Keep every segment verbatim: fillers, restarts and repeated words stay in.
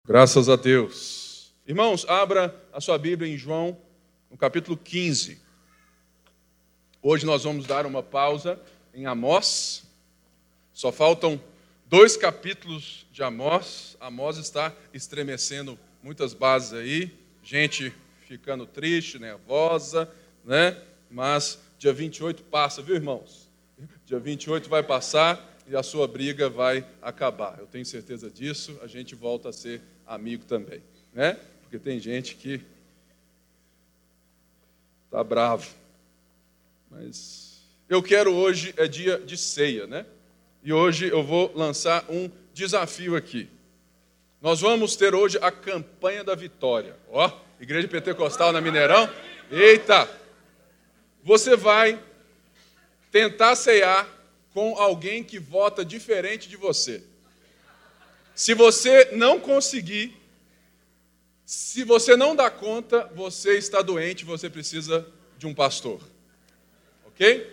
Graças a Deus. Irmãos, abra a sua Bíblia em João, no capítulo quinze. Hoje nós vamos dar uma pausa em Amós. Só faltam dois capítulos de Amós. Amós está estremecendo muitas bases aí. Gente ficando triste, nervosa, né? Mas dia vinte e oito passa, viu, irmãos? Dia vinte e oito vai passar e a sua briga vai acabar. Eu tenho certeza disso. A gente volta a ser amigo também, né? Porque tem gente que tá bravo. Mas eu quero hoje, é dia de ceia, né? E hoje eu vou lançar um desafio aqui. Nós vamos ter hoje a campanha da vitória. Ó, Igreja Pentecostal na Mineirão. Eita! Você vai tentar ceiar com alguém que vota diferente de você. Se você não conseguir, se você não dá conta, você está doente, você precisa de um pastor. Ok?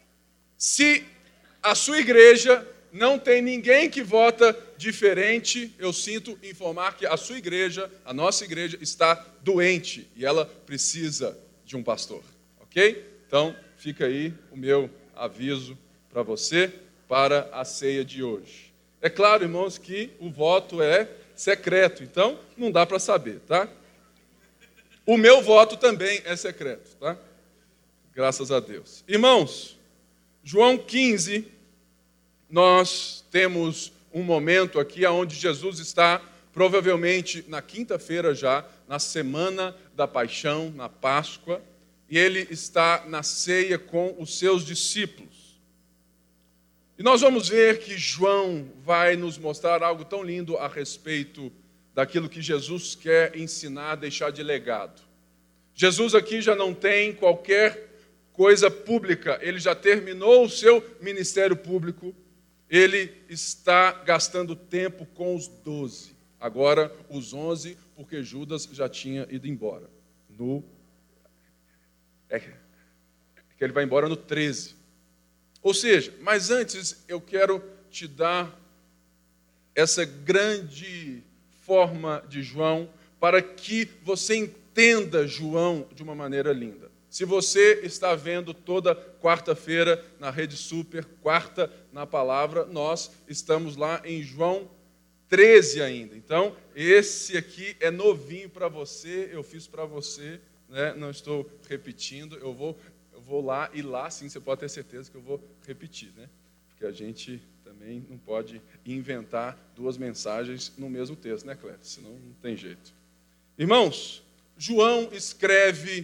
Se a sua igreja não tem ninguém que vota diferente, eu sinto informar que a sua igreja, a nossa igreja, está doente e ela precisa de um pastor. Ok? Então, fica aí o meu aviso para você, para a ceia de hoje. É claro, irmãos, que o voto é secreto, então não dá para saber, tá? O meu voto também é secreto, tá? Graças a Deus. Irmãos, João quinze, nós temos um momento aqui onde Jesus está, provavelmente na quinta-feira já, na semana da paixão, na Páscoa, e ele está na ceia com os seus discípulos. E nós vamos ver que João vai nos mostrar algo tão lindo a respeito daquilo que Jesus quer ensinar, deixar de legado. Jesus aqui já não tem qualquer coisa pública, ele já terminou o seu ministério público, ele está gastando tempo com os doze, agora os onze, porque Judas já tinha ido embora. No... É que ele vai embora no treze. Ou seja, mas antes eu quero te dar essa grande forma de João para que você entenda João de uma maneira linda. Se você está vendo toda quarta-feira na Rede Super, quarta na palavra, nós estamos lá em João treze ainda. Então, esse aqui é novinho para você, eu fiz para você, né? Não estou repetindo, eu vou... Eu vou lá e lá, sim, você pode ter certeza que eu vou repetir, né? Porque a gente também não pode inventar duas mensagens no mesmo texto, né, Cléber? Senão não tem jeito. Irmãos, João escreve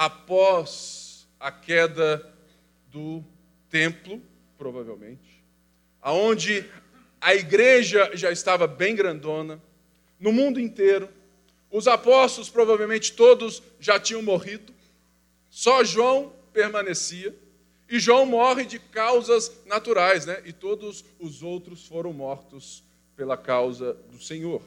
após a queda do templo, provavelmente, aonde a igreja já estava bem grandona, no mundo inteiro, os apóstolos provavelmente todos já tinham morrido, só João permanecia, e João morre de causas naturais, né? E todos os outros foram mortos pela causa do Senhor.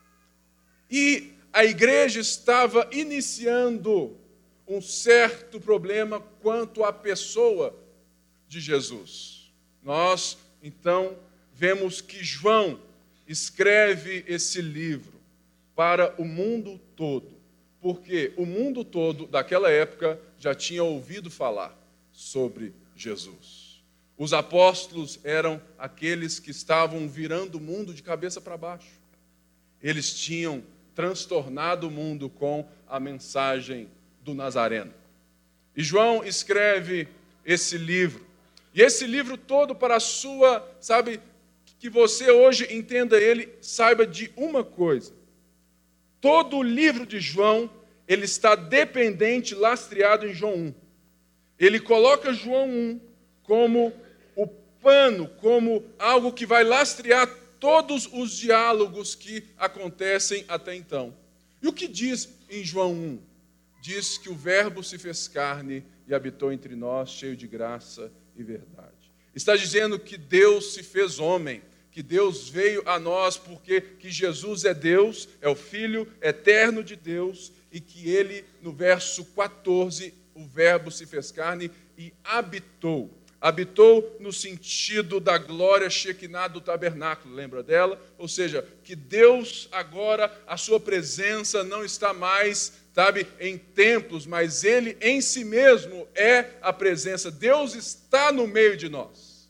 E a igreja estava iniciando um certo problema quanto à pessoa de Jesus. Nós, então, vemos que João escreve esse livro para o mundo todo, porque o mundo todo daquela época já tinha ouvido falar sobre Jesus. Os apóstolos eram aqueles que estavam virando o mundo de cabeça para baixo. Eles tinham transtornado o mundo com a mensagem do Nazareno. E João escreve esse livro. E esse livro todo para a sua, sabe, que você hoje entenda ele, saiba de uma coisa. Todo o livro de João, ele está dependente, lastreado em João um. Ele coloca João um como o pano, como algo que vai lastrear todos os diálogos que acontecem até então. E o que diz em João um? Diz que o Verbo se fez carne e habitou entre nós, cheio de graça e verdade. Está dizendo que Deus se fez homem, que Deus veio a nós porque que Jesus é Deus, é o Filho eterno de Deus, e que ele, no verso quatorze, o Verbo se fez carne e habitou. Habitou no sentido da glória Shekinah do tabernáculo, lembra dela? Ou seja, que Deus agora, a sua presença não está mais, sabe, em templos, mas Ele em si mesmo é a presença. Deus está no meio de nós.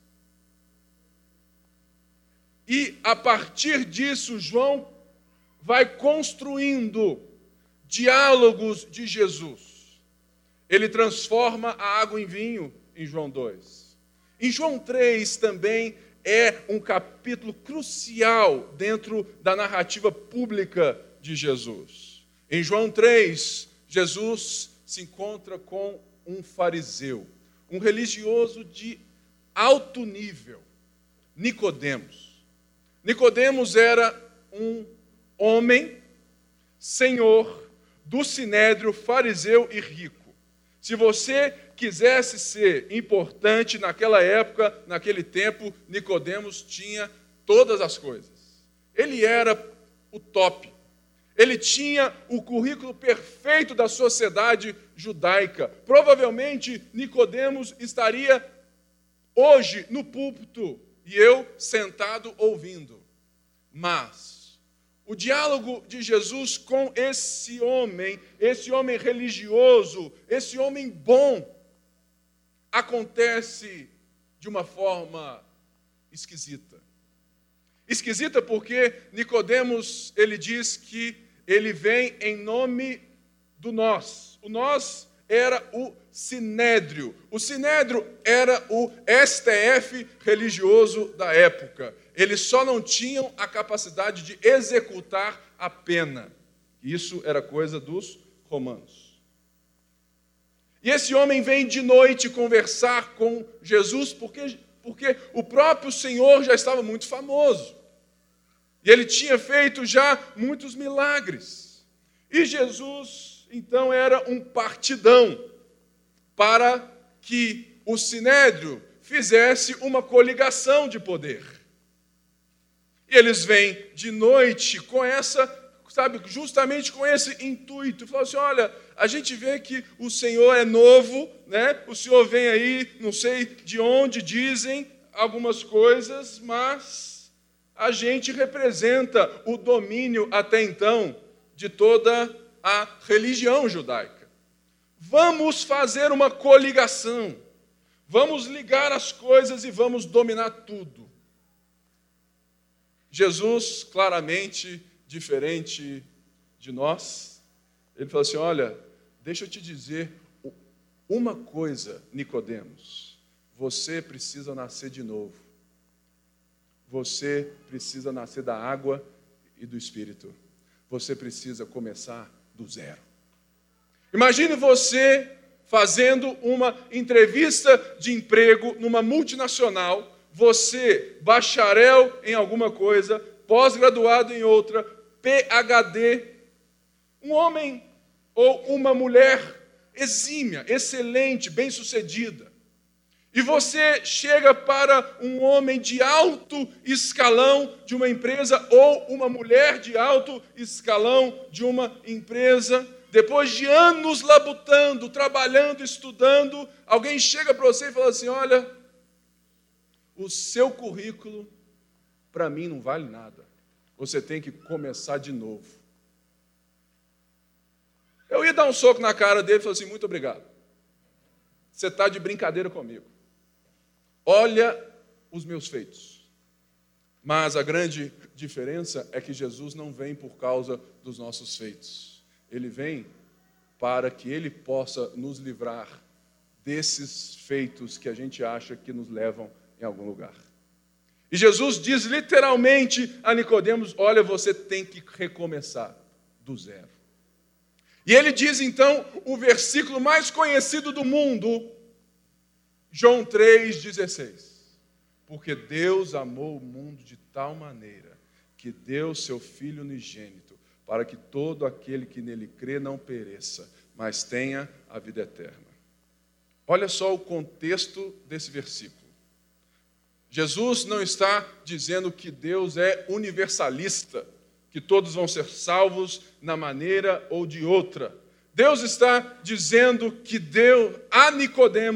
E a partir disso, João vai construindo diálogos de Jesus. Ele transforma a água em vinho em João dois. Em João três também é um capítulo crucial dentro da narrativa pública de Jesus. Em João três, Jesus se encontra com um fariseu, um religioso de alto nível, Nicodemos. Nicodemos era um homem, senhor do sinédrio, fariseu e rico. Se você quisesse ser importante naquela época, naquele tempo, Nicodemos tinha todas as coisas. Ele era o top. Ele tinha o currículo perfeito da sociedade judaica. Provavelmente Nicodemos estaria hoje no púlpito e eu sentado ouvindo. Mas o diálogo de Jesus com esse homem, esse homem religioso, esse homem bom, acontece de uma forma esquisita. Esquisita porque Nicodemos, ele diz que ele vem em nome do nós. O nós era o sinédrio. O sinédrio era o S T F religioso da época. Eles só não tinham a capacidade de executar a pena. Isso era coisa dos romanos. E esse homem vem de noite conversar com Jesus, porque, porque o próprio Senhor já estava muito famoso. E ele tinha feito já muitos milagres. E Jesus, então, era um partidão para que o sinédrio fizesse uma coligação de poder. E eles vêm de noite com essa, sabe, justamente com esse intuito. Falam assim, olha, a gente vê que o Senhor é novo, né? O Senhor vem aí, não sei de onde dizem algumas coisas, mas a gente representa o domínio até então de toda a religião judaica. Vamos fazer uma coligação. Vamos ligar as coisas e vamos dominar tudo. Jesus, claramente diferente de nós, ele falou assim, olha, deixa eu te dizer uma coisa, Nicodemos, você precisa nascer de novo. Você precisa nascer da água e do Espírito. Você precisa começar do zero. Imagine você fazendo uma entrevista de emprego numa multinacional, você, bacharel em alguma coisa, pós-graduado em outra, P H D, um homem ou uma mulher exímia, excelente, bem-sucedida. E você chega para um homem de alto escalão de uma empresa ou uma mulher de alto escalão de uma empresa, depois de anos labutando, trabalhando, estudando, alguém chega para você e fala assim, olha, o seu currículo, para mim, não vale nada. Você tem que começar de novo. Eu ia dar um soco na cara dele e falar assim, muito obrigado. Você está de brincadeira comigo. Olha os meus feitos. Mas a grande diferença é que Jesus não vem por causa dos nossos feitos. Ele vem para que Ele possa nos livrar desses feitos que a gente acha que nos levam em algum lugar. E Jesus diz literalmente a Nicodemos, olha, você tem que recomeçar do zero. E ele diz então o versículo mais conhecido do mundo, João três, dezesseis. Porque Deus amou o mundo de tal maneira que deu seu Filho unigênito, para que todo aquele que nele crê não pereça, mas tenha a vida eterna. Olha só o contexto desse versículo. Jesus não está dizendo que Deus é universalista, que todos vão ser salvos na maneira ou de outra. Deus está dizendo que deu a Nicodemos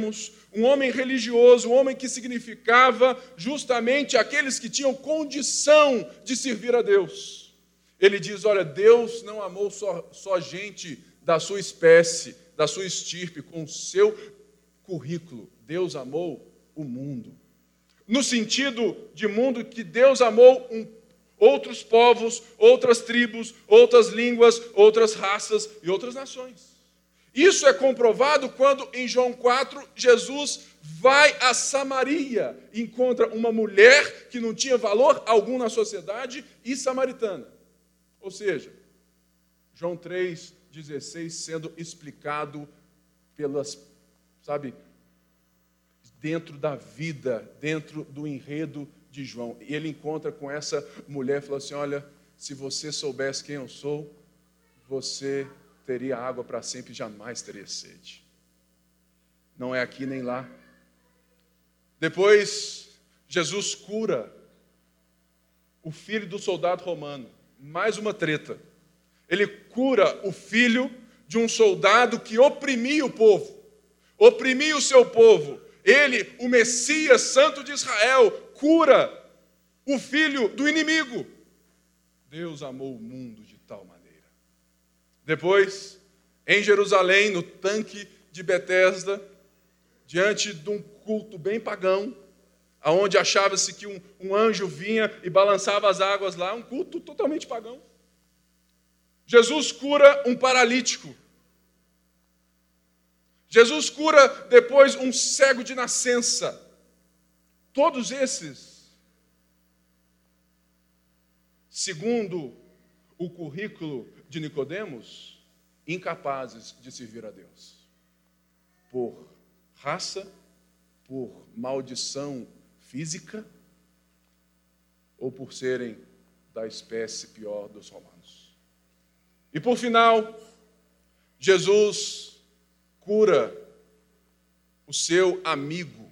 um homem religioso, um homem que significava justamente aqueles que tinham condição de servir a Deus. Ele diz, olha, Deus não amou só, só gente da sua espécie, da sua estirpe, com o seu currículo. Deus amou o mundo. No sentido de mundo que Deus amou um, outros povos, outras tribos, outras línguas, outras raças e outras nações. Isso é comprovado quando, em João quatro, Jesus vai a Samaria e encontra uma mulher que não tinha valor algum na sociedade e samaritana. Ou seja, João três, dezesseis sendo explicado pelas, sabe, dentro da vida, dentro do enredo de João. E ele encontra com essa mulher e fala assim, olha, se você soubesse quem eu sou, você teria água para sempre e jamais teria sede. Não é aqui nem lá. Depois, Jesus cura o filho do soldado romano. Mais uma treta. Ele cura o filho de um soldado que oprimia o povo. Oprimia o seu povo. Ele, o Messias Santo de Israel, cura o filho do inimigo. Deus amou o mundo de tal maneira. Depois, em Jerusalém, no tanque de Betesda, diante de um culto bem pagão, onde achava-se que um, um anjo vinha e balançava as águas lá, um culto totalmente pagão. Jesus cura um paralítico. Jesus cura depois um cego de nascença. Todos esses, segundo o currículo de Nicodemos, incapazes de servir a Deus. Por raça, por maldição física, ou por serem da espécie pior dos romanos. E por final, Jesus cura o seu amigo,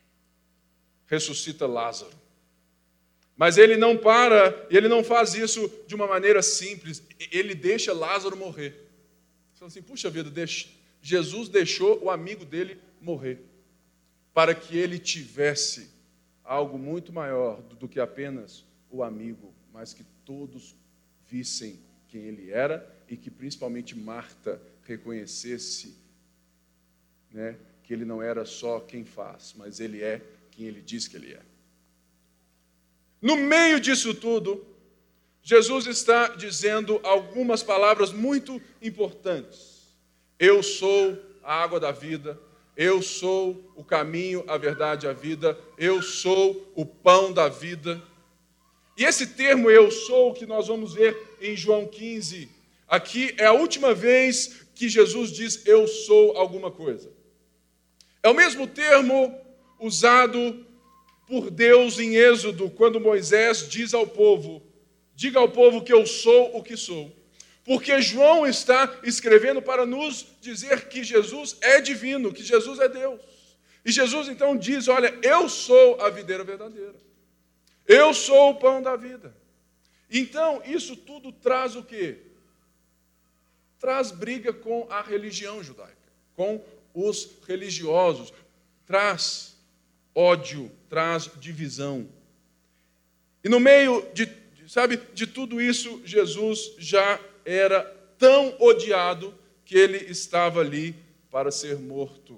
ressuscita Lázaro. Mas ele não para, e ele não faz isso de uma maneira simples, ele deixa Lázaro morrer. Você fala assim, puxa vida, deixa, Jesus deixou o amigo dele morrer, para que ele tivesse algo muito maior do que apenas o amigo, mas que todos vissem quem ele era e que principalmente Marta reconhecesse, né, que ele não era só quem faz, mas ele é quem ele diz que ele é. No meio disso tudo, Jesus está dizendo algumas palavras muito importantes. Eu sou a água da vida, eu sou o caminho, a verdade e a vida, eu sou o pão da vida. E esse termo eu sou, que nós vamos ver em João quinze, aqui é a última vez que Jesus diz eu sou alguma coisa. É o mesmo termo usado por Deus em Êxodo, quando Moisés diz ao povo, diga ao povo que eu sou o que sou. Porque João está escrevendo para nos dizer que Jesus é divino, que Jesus é Deus. E Jesus então diz, olha, eu sou a videira verdadeira. Eu sou o pão da vida. Então, isso tudo traz o quê? Traz briga com a religião judaica, com os religiosos. Traz ódio, traz divisão. E no meio de, sabe, de tudo isso, Jesus já era tão odiado que ele estava ali para ser morto.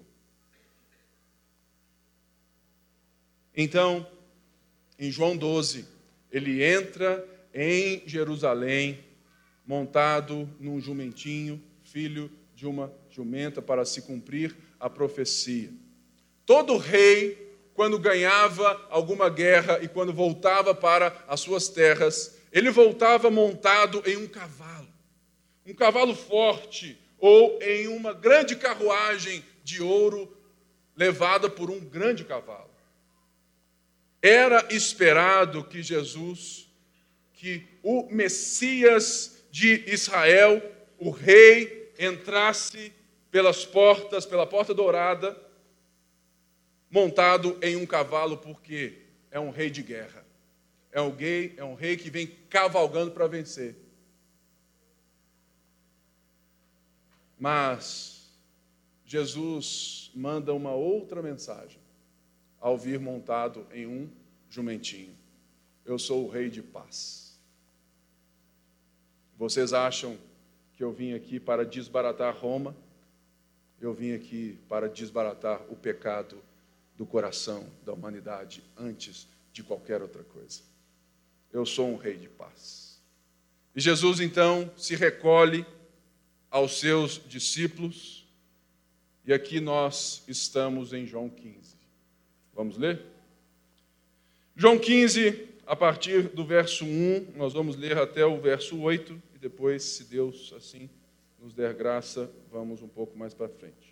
Então, em João doze, ele entra em Jerusalém, montado num jumentinho, filho de uma jumenta, para se cumprir a profecia. Todo rei, quando ganhava alguma guerra e quando voltava para as suas terras, ele voltava montado em um cavalo, um cavalo forte, ou em uma grande carruagem de ouro levada por um grande cavalo. Era esperado que Jesus, que o Messias de Israel, o rei, entrasse pelas portas, pela porta dourada, montado em um cavalo, porque é um rei de guerra. É um rei, é um rei que vem cavalgando para vencer. Mas Jesus manda uma outra mensagem ao vir montado em um jumentinho. Eu sou o rei de paz. Vocês acham que eu vim aqui para desbaratar Roma? Eu vim aqui para desbaratar o pecado do coração da humanidade antes de qualquer outra coisa. Eu sou um rei de paz. E Jesus então se recolhe aos seus discípulos, e aqui nós estamos em João quinze. Vamos ler? João quinze, a partir do verso um, nós vamos ler até o verso oito, e depois, se Deus assim nos der graça, vamos um pouco mais para frente.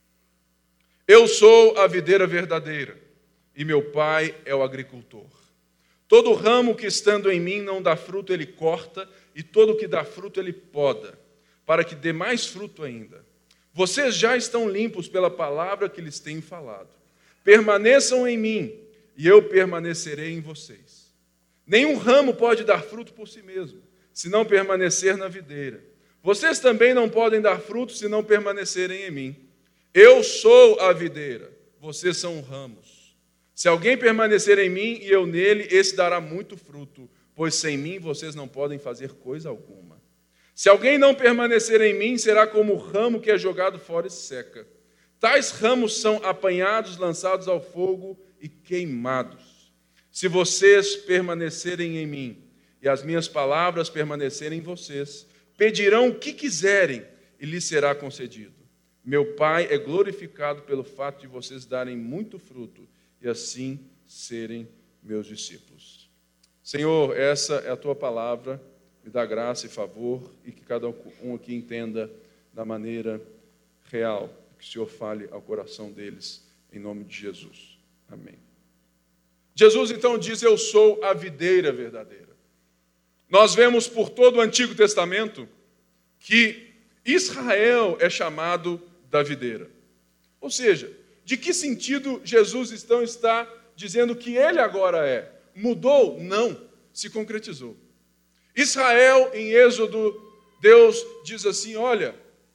Eu sou a videira verdadeira, e meu pai é o agricultor. Todo ramo que estando em mim não dá fruto, ele corta, e todo que dá fruto, ele poda, para que dê mais fruto ainda. Vocês já estão limpos pela palavra que lhes tenho falado. Permaneçam em mim, e eu permanecerei em vocês. Nenhum ramo pode dar fruto por si mesmo, se não permanecer na videira. Vocês também não podem dar fruto se não permanecerem em mim. Eu sou a videira, vocês são ramos. Se alguém permanecer em mim e eu nele, esse dará muito fruto, pois sem mim vocês não podem fazer coisa alguma. Se alguém não permanecer em mim, será como o ramo que é jogado fora e seca. Tais ramos são apanhados, lançados ao fogo e queimados. Se vocês permanecerem em mim e as minhas palavras permanecerem em vocês, pedirão o que quiserem e lhes será concedido. Meu Pai é glorificado pelo fato de vocês darem muito fruto e assim serem meus discípulos. Senhor, essa é a tua palavra, me dá graça e favor e que cada um aqui entenda da maneira real, que o Senhor fale ao coração deles, em nome de Jesus. Amém. Jesus então diz, eu sou a videira verdadeira. Nós vemos por todo o Antigo Testamento que Israel é chamado da videira. Ou seja, de que sentido Jesus então está dizendo que ele agora é? Mudou? Não, se concretizou. Israel, em Êxodo, Deus diz assim, olha,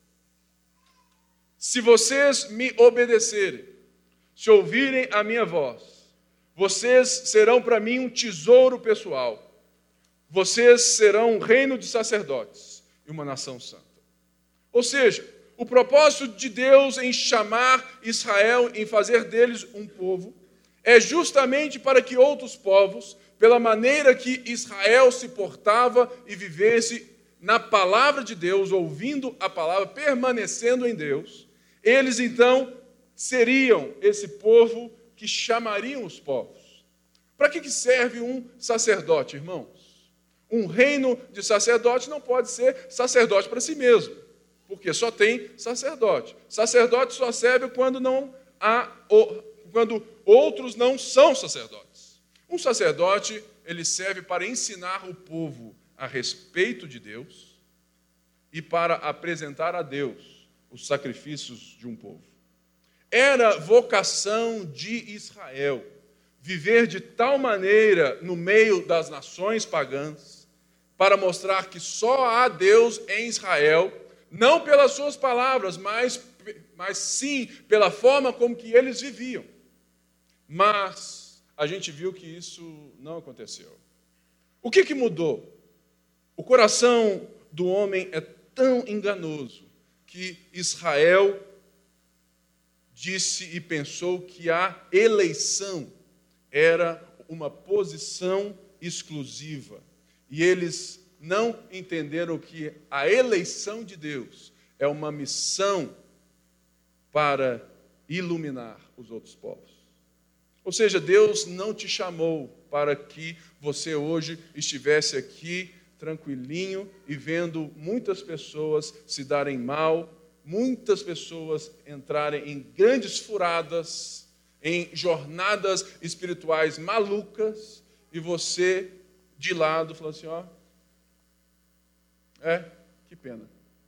se vocês me obedecerem, se ouvirem a minha voz, vocês serão para mim um tesouro pessoal. Vocês serão um reino de sacerdotes e uma nação santa. Ou seja, o propósito de Deus em chamar Israel, em fazer deles um povo, é justamente para que outros povos, pela maneira que Israel se portava e vivesse na palavra de Deus, ouvindo a palavra, permanecendo em Deus, eles então seriam esse povo que chamariam os povos. Para que serve um sacerdote, irmãos? Um reino de sacerdote não pode ser sacerdote para si mesmo, porque só tem sacerdote. Sacerdote só serve quando, não há, quando outros não são sacerdotes. Um sacerdote, ele serve para ensinar o povo a respeito de Deus e para apresentar a Deus os sacrifícios de um povo. Era vocação de Israel viver de tal maneira no meio das nações pagãs para mostrar que só há Deus em Israel, não pelas suas palavras, mas, mas sim pela forma como que eles viviam. Mas a gente viu que isso não aconteceu. O que que mudou? O coração do homem é tão enganoso que Israel disse e pensou que a eleição era uma posição exclusiva. E eles não entenderam que a eleição de Deus é uma missão para iluminar os outros povos. Ou seja, Deus não te chamou para que você hoje estivesse aqui tranquilinho e vendo muitas pessoas se darem mal, muitas pessoas entrarem em grandes furadas, em jornadas espirituais malucas, e você de lado falando assim, ó, é, que pena.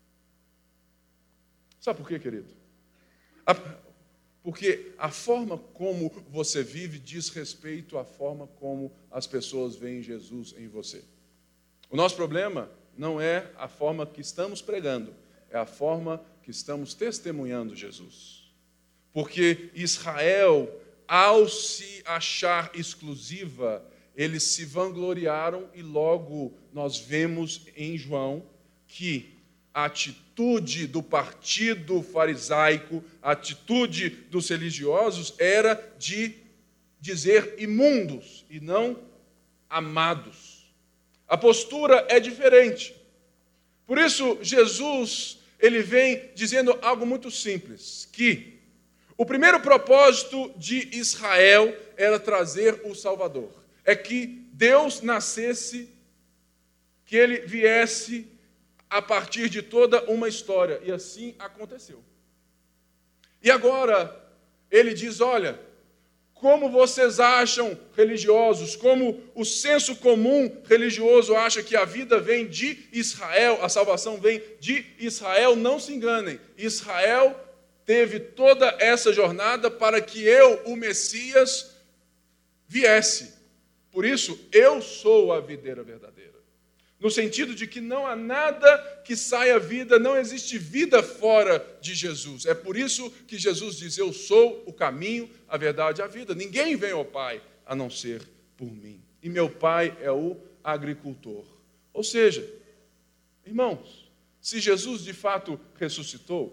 Sabe por quê, querido? A, porque a forma como você vive diz respeito à forma como as pessoas veem Jesus em você. O nosso problema não é a forma que estamos pregando, é a forma que estamos testemunhando Jesus. Porque Israel, ao se achar exclusiva, eles se vangloriaram e logo nós vemos em João que a atitude do partido farisaico, a atitude dos religiosos era de dizer imundos e não amados. A postura é diferente. Por isso, Jesus, ele vem dizendo algo muito simples, que o primeiro propósito de Israel era trazer o Salvador. É que Deus nascesse, que ele viesse a partir de toda uma história. E assim aconteceu. E agora, ele diz, olha, como vocês acham religiosos, como o senso comum religioso acha que a vida vem de Israel, a salvação vem de Israel, não se enganem. Israel teve toda essa jornada para que eu, o Messias, viesse. Por isso, eu sou a videira verdadeira. No sentido de que não há nada que saia vida, não existe vida fora de Jesus. É por isso que Jesus diz, eu sou o caminho, a verdade e a vida. Ninguém vem ao Pai a não ser por mim. E meu Pai é o agricultor. Ou seja, irmãos, se Jesus de fato ressuscitou,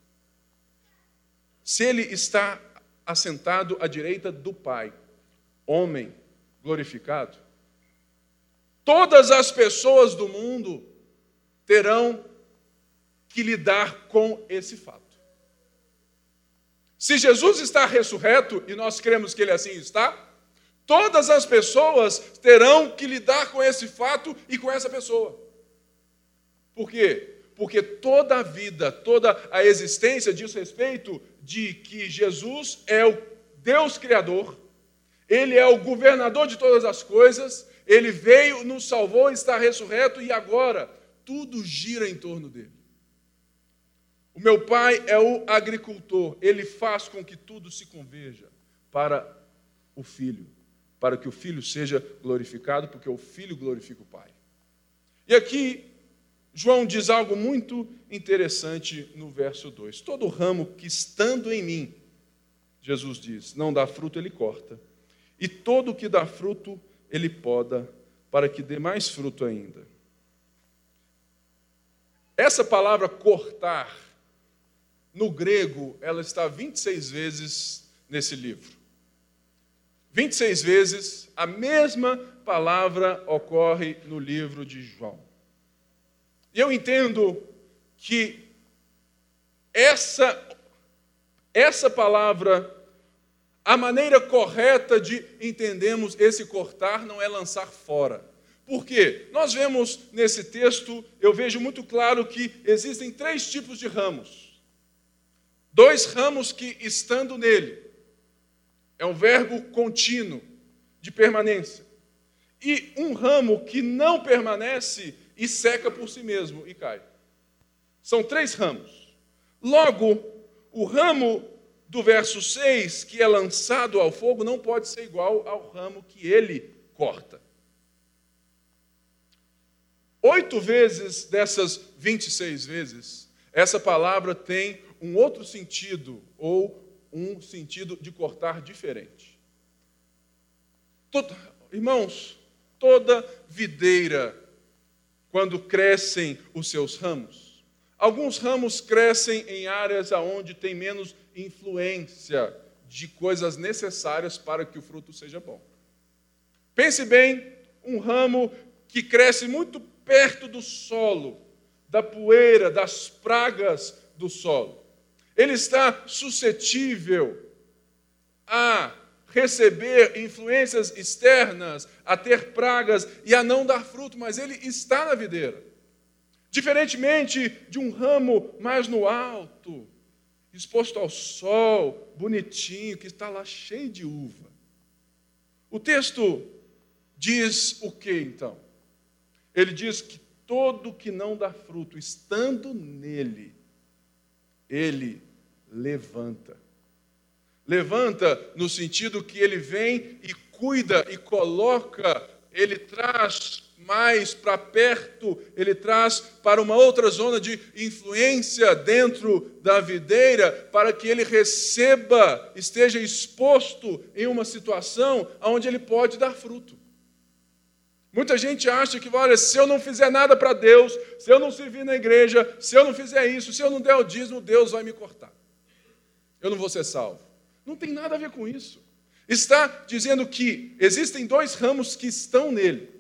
se ele está assentado à direita do Pai, homem glorificado, todas as pessoas do mundo terão que lidar com esse fato. Se Jesus está ressurreto, e nós cremos que ele assim está, todas as pessoas terão que lidar com esse fato e com essa pessoa. Por quê? Porque toda a vida, toda a existência diz respeito de que Jesus é o Deus Criador, ele é o governador de todas as coisas, ele veio, nos salvou, está ressurreto e agora tudo gira em torno dele. O meu Pai é o agricultor, ele faz com que tudo se converja para o Filho, para que o Filho seja glorificado, porque o Filho glorifica o Pai. E aqui, João diz algo muito interessante no verso dois. Todo ramo que estando em mim, Jesus diz, não dá fruto, ele corta. E todo o que dá fruto, ele poda, para que dê mais fruto ainda. Essa palavra cortar, no grego, ela está vinte e seis vezes nesse livro. vinte e seis vezes, a mesma palavra ocorre no livro de João. E eu entendo que essa, essa palavra, a maneira correta de entendermos esse cortar não é lançar fora. Por quê? Nós vemos nesse texto, eu vejo muito claro que existem três tipos de ramos. Dois ramos que, estando nele, é um verbo contínuo, de permanência. E um ramo que não permanece e seca por si mesmo e cai. São três ramos. Logo, o ramo do verso seis, que é lançado ao fogo, não pode ser igual ao ramo que ele corta. Oito vezes dessas vinte e seis vezes, essa palavra tem um outro sentido, ou um sentido de cortar diferente. Todo, irmãos, toda videira, quando crescem os seus ramos, alguns ramos crescem em áreas onde tem menos influência de coisas necessárias para que o fruto seja bom. Pense bem, um ramo que cresce muito perto do solo, da poeira, das pragas do solo. Ele está suscetível a receber influências externas, a ter pragas e a não dar fruto, mas ele está na videira. Diferentemente de um ramo mais no alto, exposto ao sol, bonitinho, que está lá cheio de uva. O texto diz o que então? Ele diz que todo que não dá fruto, estando nele, ele levanta. Levanta no sentido que ele vem e cuida e coloca, ele traz mais para perto, ele traz para uma outra zona de influência dentro da videira, para que ele receba, esteja exposto em uma situação onde ele pode dar fruto. Muita gente acha que, olha, se eu não fizer nada para Deus, se eu não servir na igreja, se eu não fizer isso, se eu não der o dízimo, Deus vai me cortar. Eu não vou ser salvo. Não tem nada a ver com isso. Está dizendo que existem dois ramos que estão nele.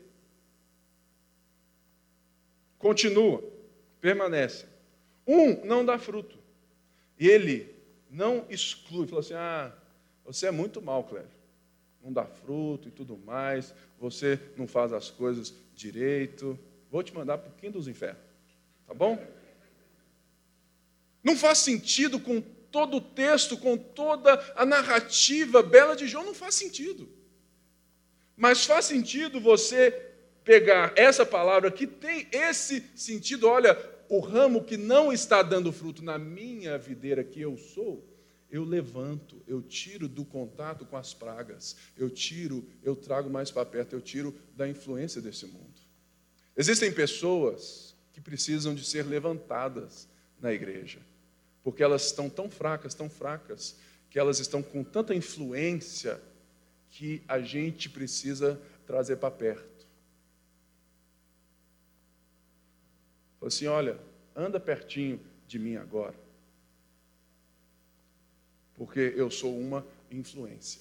Continua, permanece. Um não dá fruto. E ele não exclui. Fala assim, ah, você é muito mal, Cléber. Não dá fruto e tudo mais. Você não faz as coisas direito. Vou te mandar para o quinto dos infernos. Tá bom? Não faz sentido com todo o texto, com toda a narrativa bela de João, não faz sentido. Mas faz sentido você pegar essa palavra que tem esse sentido. Olha, o ramo que não está dando fruto na minha videira que eu sou, eu levanto, eu tiro do contato com as pragas, eu tiro, eu trago mais para perto, eu tiro da influência desse mundo. Existem pessoas que precisam de ser levantadas na igreja, porque elas estão tão fracas, tão fracas, que elas estão com tanta influência que a gente precisa trazer para perto. Falou assim, olha, anda pertinho de mim agora, porque eu sou uma influência.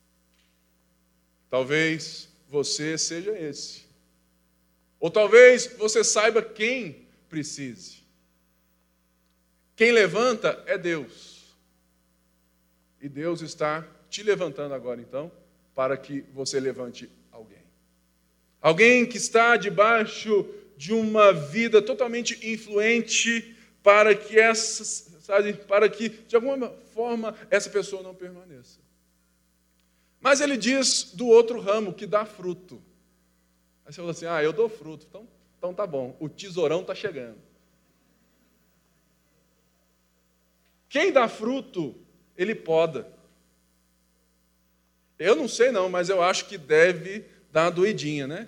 Talvez você seja esse. Ou talvez você saiba quem precise. Quem levanta é Deus. E Deus está te levantando agora, então, para que você levante alguém. Alguém que está debaixo de uma vida totalmente influente para que, essa, sabe, para que, de alguma forma, essa pessoa não permaneça. Mas ele diz do outro ramo, que dá fruto. Aí você fala assim, ah, eu dou fruto, então, então tá bom, o tesourão está chegando. Quem dá fruto, ele poda. Eu não sei não, mas eu acho que deve dar uma doidinha, né?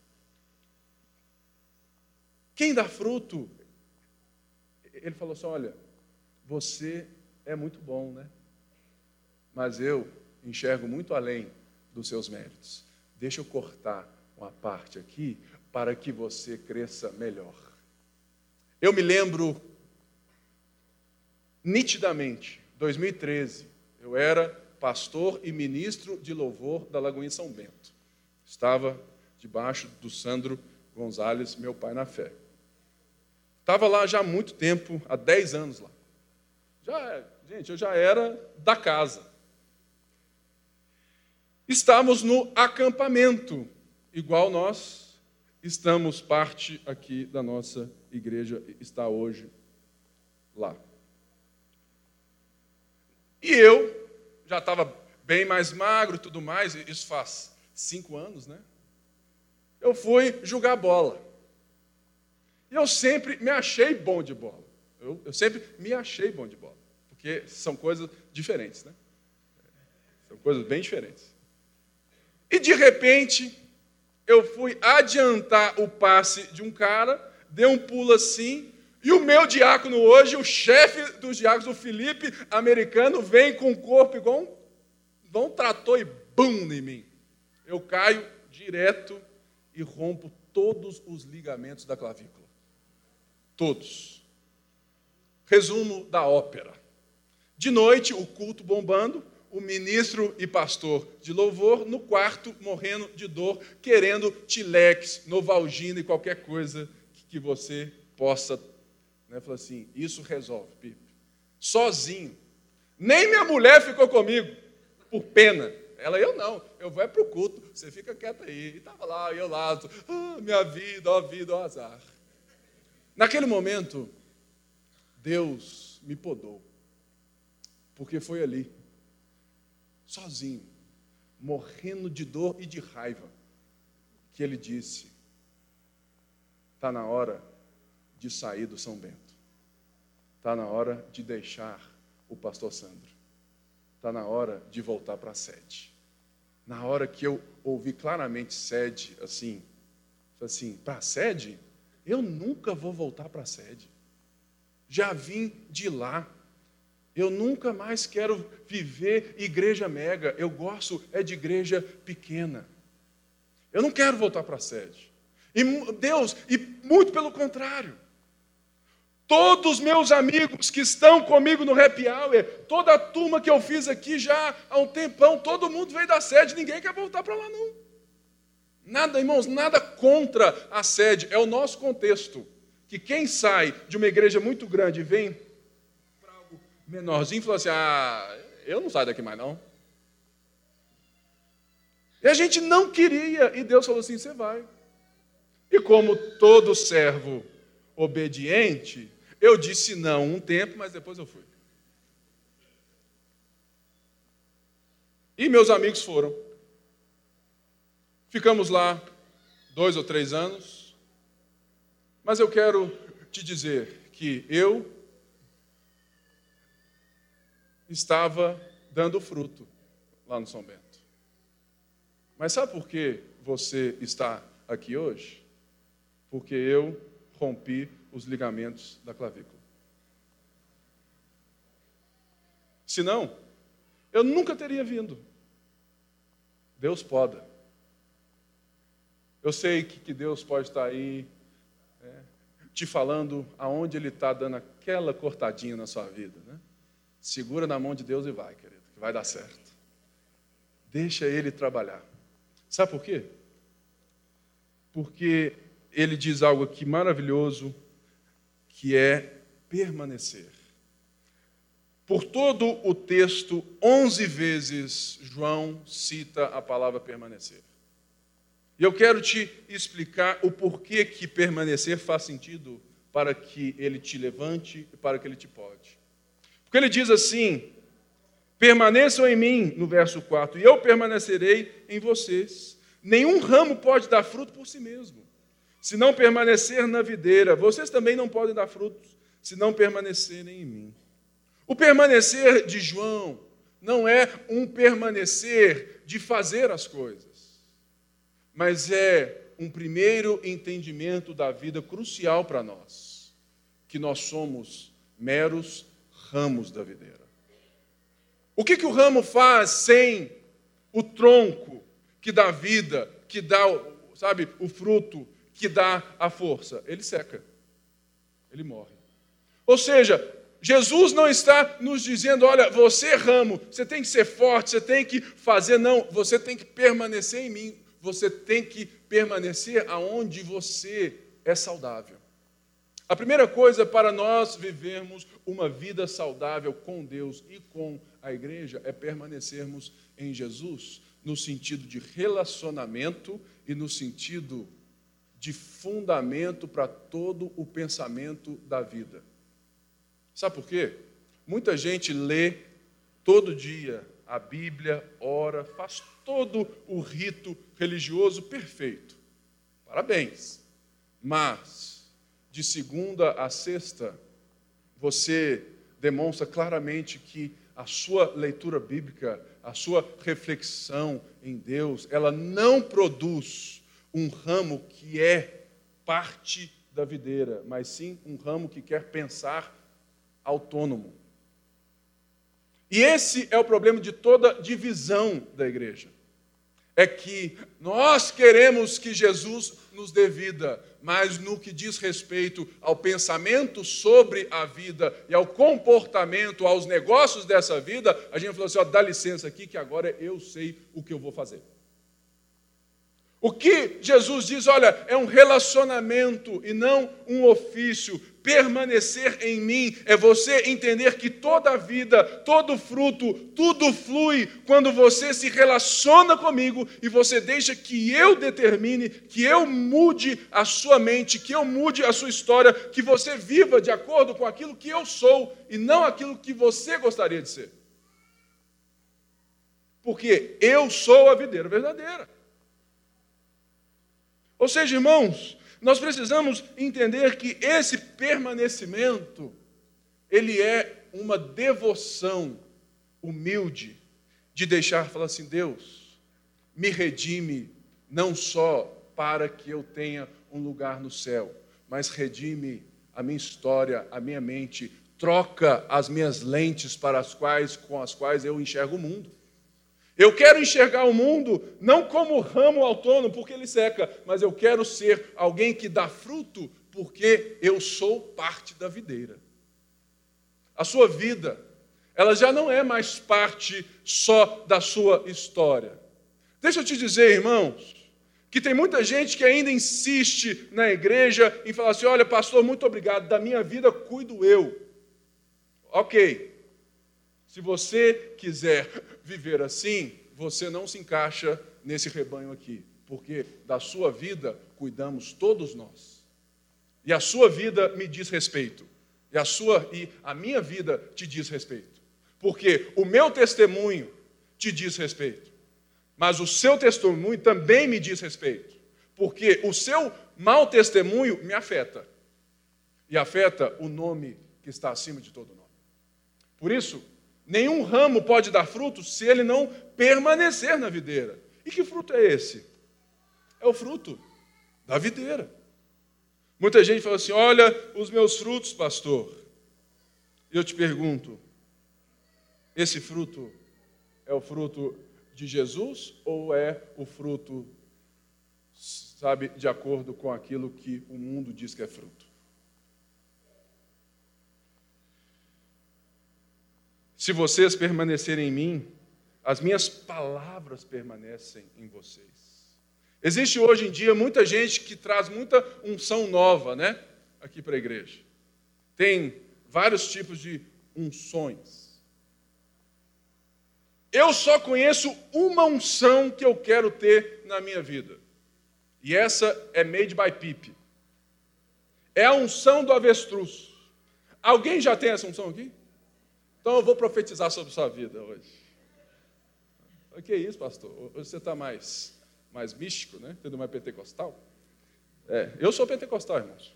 Quem dá fruto, ele falou assim, olha, você é muito bom, né? Mas eu enxergo muito além dos seus méritos. Deixa eu cortar uma parte aqui para que você cresça melhor. Eu me lembro nitidamente, dois mil e treze, eu era pastor e ministro de louvor da Lagoinha São Bento. Estava debaixo do Sandro Gonzalez, meu pai na fé. Estava lá já há muito tempo, há dez anos lá. Já, gente, eu já era da casa. Estávamos no acampamento, igual nós estamos, parte aqui da nossa igreja está hoje lá. E eu já estava bem mais magro e tudo mais, isso faz cinco anos, né? Eu fui jogar bola. E eu sempre me achei bom de bola. Eu, eu sempre me achei bom de bola. Porque são coisas diferentes, né? São coisas bem diferentes. E, de repente, eu fui adiantar o passe de um cara, dei um pulo assim, e o meu diácono hoje, o chefe dos diáconos, o Felipe, americano, vem com o corpo igual um, igual um trator e bum em mim. Eu caio direto e rompo todos os ligamentos da clavícula. Todos. Resumo da ópera. De noite, o culto bombando, o ministro e pastor de louvor no quarto, morrendo de dor, querendo Tilex, Novalgina e qualquer coisa que você possa. Né? Falou assim, isso resolve, Pipe. Sozinho. Nem minha mulher ficou comigo, por pena. Ela, eu não, eu vou é para o culto, você fica quieta aí. E estava lá, eu lá, ah, minha vida, ó vida, ó azar. Naquele momento, Deus me podou, porque foi ali, sozinho, morrendo de dor e de raiva, que ele disse, está na hora de sair do São Bento, está na hora de deixar o pastor Sandro, está na hora de voltar para a sede. Na hora que eu ouvi claramente sede, assim, assim, para a sede? Eu nunca vou voltar para a sede. Já vim de lá. Eu nunca mais quero viver igreja mega. Eu gosto é de igreja pequena. Eu não quero voltar para a sede. E Deus, e muito pelo contrário. Todos os meus amigos que estão comigo no Happy Hour, toda a turma que eu fiz aqui já há um tempão, todo mundo veio da sede, ninguém quer voltar para lá não. Nada, irmãos, nada contra a sede, é o nosso contexto. Que quem sai de uma igreja muito grande e vem para algo menorzinho e fala assim, ah, eu não saio daqui mais não. E a gente não queria, e Deus falou assim, você vai. E como todo servo obediente, eu disse não um tempo, mas depois eu fui. E meus amigos foram. Ficamos lá dois ou três anos, mas eu quero te dizer que eu estava dando fruto lá no São Bento. Mas sabe por que você está aqui hoje? Porque eu rompi os ligamentos da clavícula. Senão, eu nunca teria vindo. Deus poda. Eu sei que, que Deus pode estar aí é, te falando aonde Ele está dando aquela cortadinha na sua vida. Né? Segura na mão de Deus e vai, querido, que vai dar certo. Deixa Ele trabalhar. Sabe por quê? Porque Ele diz algo aqui maravilhoso, que é permanecer. Por todo o texto, onze vezes, João cita a palavra permanecer. E eu quero te explicar o porquê que permanecer faz sentido para que ele te levante e para que ele te pode. Porque ele diz assim, permaneçam em mim, no verso quatro, e eu permanecerei em vocês. Nenhum ramo pode dar fruto por si mesmo, se não permanecer na videira. Vocês também não podem dar frutos, se não permanecerem em mim. O permanecer de João não é um permanecer de fazer as coisas, mas é um primeiro entendimento da vida crucial para nós, que nós somos meros ramos da videira. O que, que o ramo faz sem o tronco que dá vida, que dá, sabe, o fruto, que dá a força? Ele seca, ele morre. Ou seja, Jesus não está nos dizendo, olha, você ramo, você tem que ser forte, você tem que fazer, não, você tem que permanecer em mim. Você tem que permanecer aonde você é saudável. A primeira coisa para nós vivermos uma vida saudável com Deus e com a igreja é permanecermos em Jesus, no sentido de relacionamento e no sentido de fundamento para todo o pensamento da vida. Sabe por quê? Muita gente lê todo dia a Bíblia, ora, faz todo o rito religioso perfeito. Parabéns. Mas, de segunda a sexta, você demonstra claramente que a sua leitura bíblica, a sua reflexão em Deus, ela não produz um ramo que é parte da videira, mas sim um ramo que quer pensar autônomo. E esse é o problema de toda divisão da igreja. É que nós queremos que Jesus nos dê vida, mas no que diz respeito ao pensamento sobre a vida e ao comportamento, aos negócios dessa vida, a gente falou assim, ó, dá licença aqui que agora eu sei o que eu vou fazer. O que Jesus diz, olha, é um relacionamento e não um ofício. Permanecer em mim é você entender que toda a vida, todo fruto, tudo flui quando você se relaciona comigo e você deixa que eu determine, que eu mude a sua mente, que eu mude a sua história, que você viva de acordo com aquilo que eu sou e não aquilo que você gostaria de ser. Porque eu sou a videira verdadeira. Ou seja, irmãos, nós precisamos entender que esse permanecimento, ele é uma devoção humilde de deixar, falar assim, Deus, me redime não só para que eu tenha um lugar no céu, mas redime a minha história, a minha mente, troca as minhas lentes para as quais, com as quais eu enxergo o mundo. Eu quero enxergar o mundo não como ramo autônomo, porque ele seca, mas eu quero ser alguém que dá fruto, porque eu sou parte da videira. A sua vida, ela já não é mais parte só da sua história. Deixa eu te dizer, irmãos, que tem muita gente que ainda insiste na igreja em falar assim, olha, pastor, muito obrigado, da minha vida cuido eu. Ok, se você quiser viver assim, você não se encaixa nesse rebanho aqui, porque da sua vida cuidamos todos nós. E a sua vida me diz respeito, e a, sua, e a minha vida te diz respeito, porque o meu testemunho te diz respeito. Mas o seu testemunho também me diz respeito, porque o seu mau testemunho me afeta, e afeta o nome que está acima de todo nome. Por isso, nenhum ramo pode dar fruto se ele não permanecer na videira. E que fruto é esse? É o fruto da videira. Muita gente fala assim, olha os meus frutos, pastor. E eu te pergunto, esse fruto é o fruto de Jesus ou é o fruto, sabe, de acordo com aquilo que o mundo diz que é fruto? Se vocês permanecerem em mim, as minhas palavras permanecem em vocês. Existe hoje em dia muita gente que traz muita unção nova, né, aqui para a igreja. Tem vários tipos de unções. Eu só conheço uma unção que eu quero ter na minha vida. E essa é made by Pipe. É a unção do avestruz. Alguém já tem essa unção aqui? Então eu vou profetizar sobre a sua vida hoje. O que é isso, pastor? Hoje você está mais, mais místico, né? Tudo mais pentecostal? É, eu sou pentecostal, irmãos.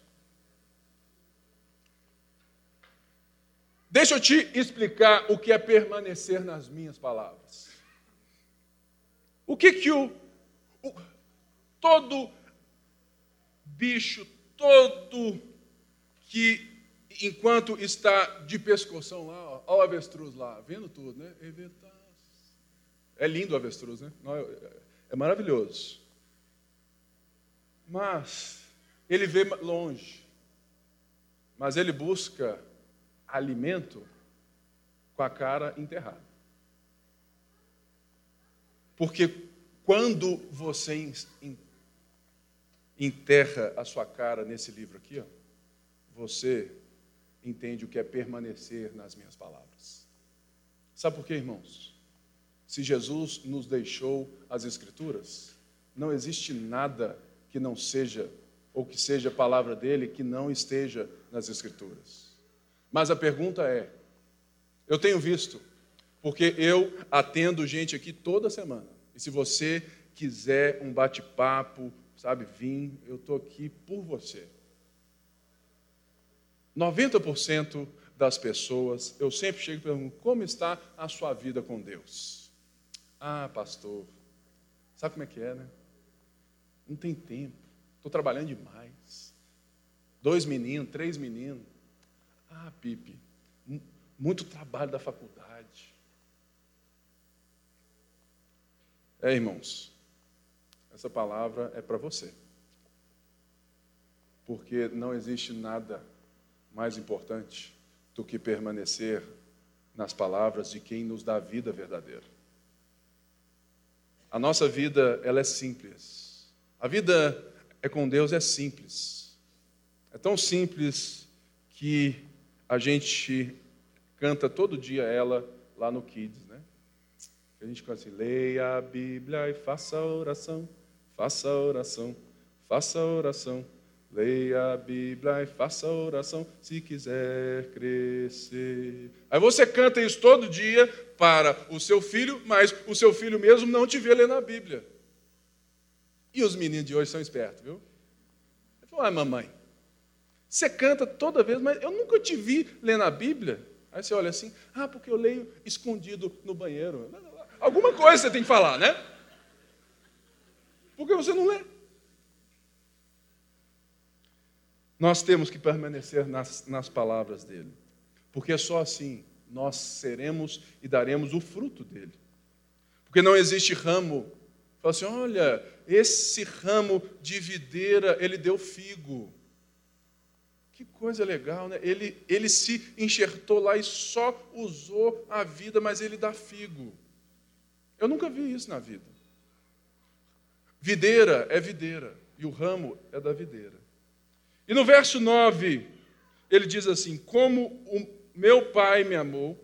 Deixa eu te explicar o que é permanecer nas minhas palavras. O que que o, o todo bicho, todo que enquanto está de pescoção lá, olha o avestruz lá, vendo tudo, né? É lindo o avestruz, né? É maravilhoso. Mas ele vê longe, mas ele busca alimento com a cara enterrada. Porque quando você enterra a sua cara nesse livro aqui, ó, você entende o que é permanecer nas minhas palavras. Sabe por quê, irmãos? Se Jesus nos deixou as Escrituras, não existe nada que não seja, ou que seja palavra dele, que não esteja nas Escrituras. Mas a pergunta é, eu tenho visto, porque eu atendo gente aqui toda semana, e se você quiser um bate-papo, sabe, vir, eu estou aqui por você. noventa por cento das pessoas, eu sempre chego e pergunto, como está a sua vida com Deus? Ah, pastor, sabe como é que é, né? Não tem tempo, estou trabalhando demais. Dois meninos, três meninos. Ah, Pipe, muito trabalho da faculdade. É, irmãos, essa palavra é para você. Porque não existe nada mais importante do que permanecer nas palavras de quem nos dá a vida verdadeira. A nossa vida, ela é simples. A vida é com Deus é simples. É tão simples que a gente canta todo dia ela lá no Kids, né? A gente canta assim, leia a Bíblia e faça a oração, faça a oração, faça a oração. Leia a Bíblia e faça a oração se quiser crescer. Aí você canta isso todo dia para o seu filho, mas o seu filho mesmo não te vê lendo a Bíblia. E os meninos de hoje são espertos, viu? Ele falou, ah, mamãe, você canta toda vez, mas eu nunca te vi lendo a Bíblia. Aí você olha assim, ah, porque eu leio escondido no banheiro. Alguma coisa você tem que falar, né? Porque você não lê. Nós temos que permanecer nas, nas palavras dele, porque só assim nós seremos e daremos o fruto dele. Porque não existe ramo. Fala assim, olha, esse ramo de videira, ele deu figo. Que coisa legal, né? Ele, ele se enxertou lá e só usou a vida, mas ele dá figo. Eu nunca vi isso na vida. Videira é videira, e o ramo é da videira. E no verso nove, ele diz assim, como o meu Pai me amou,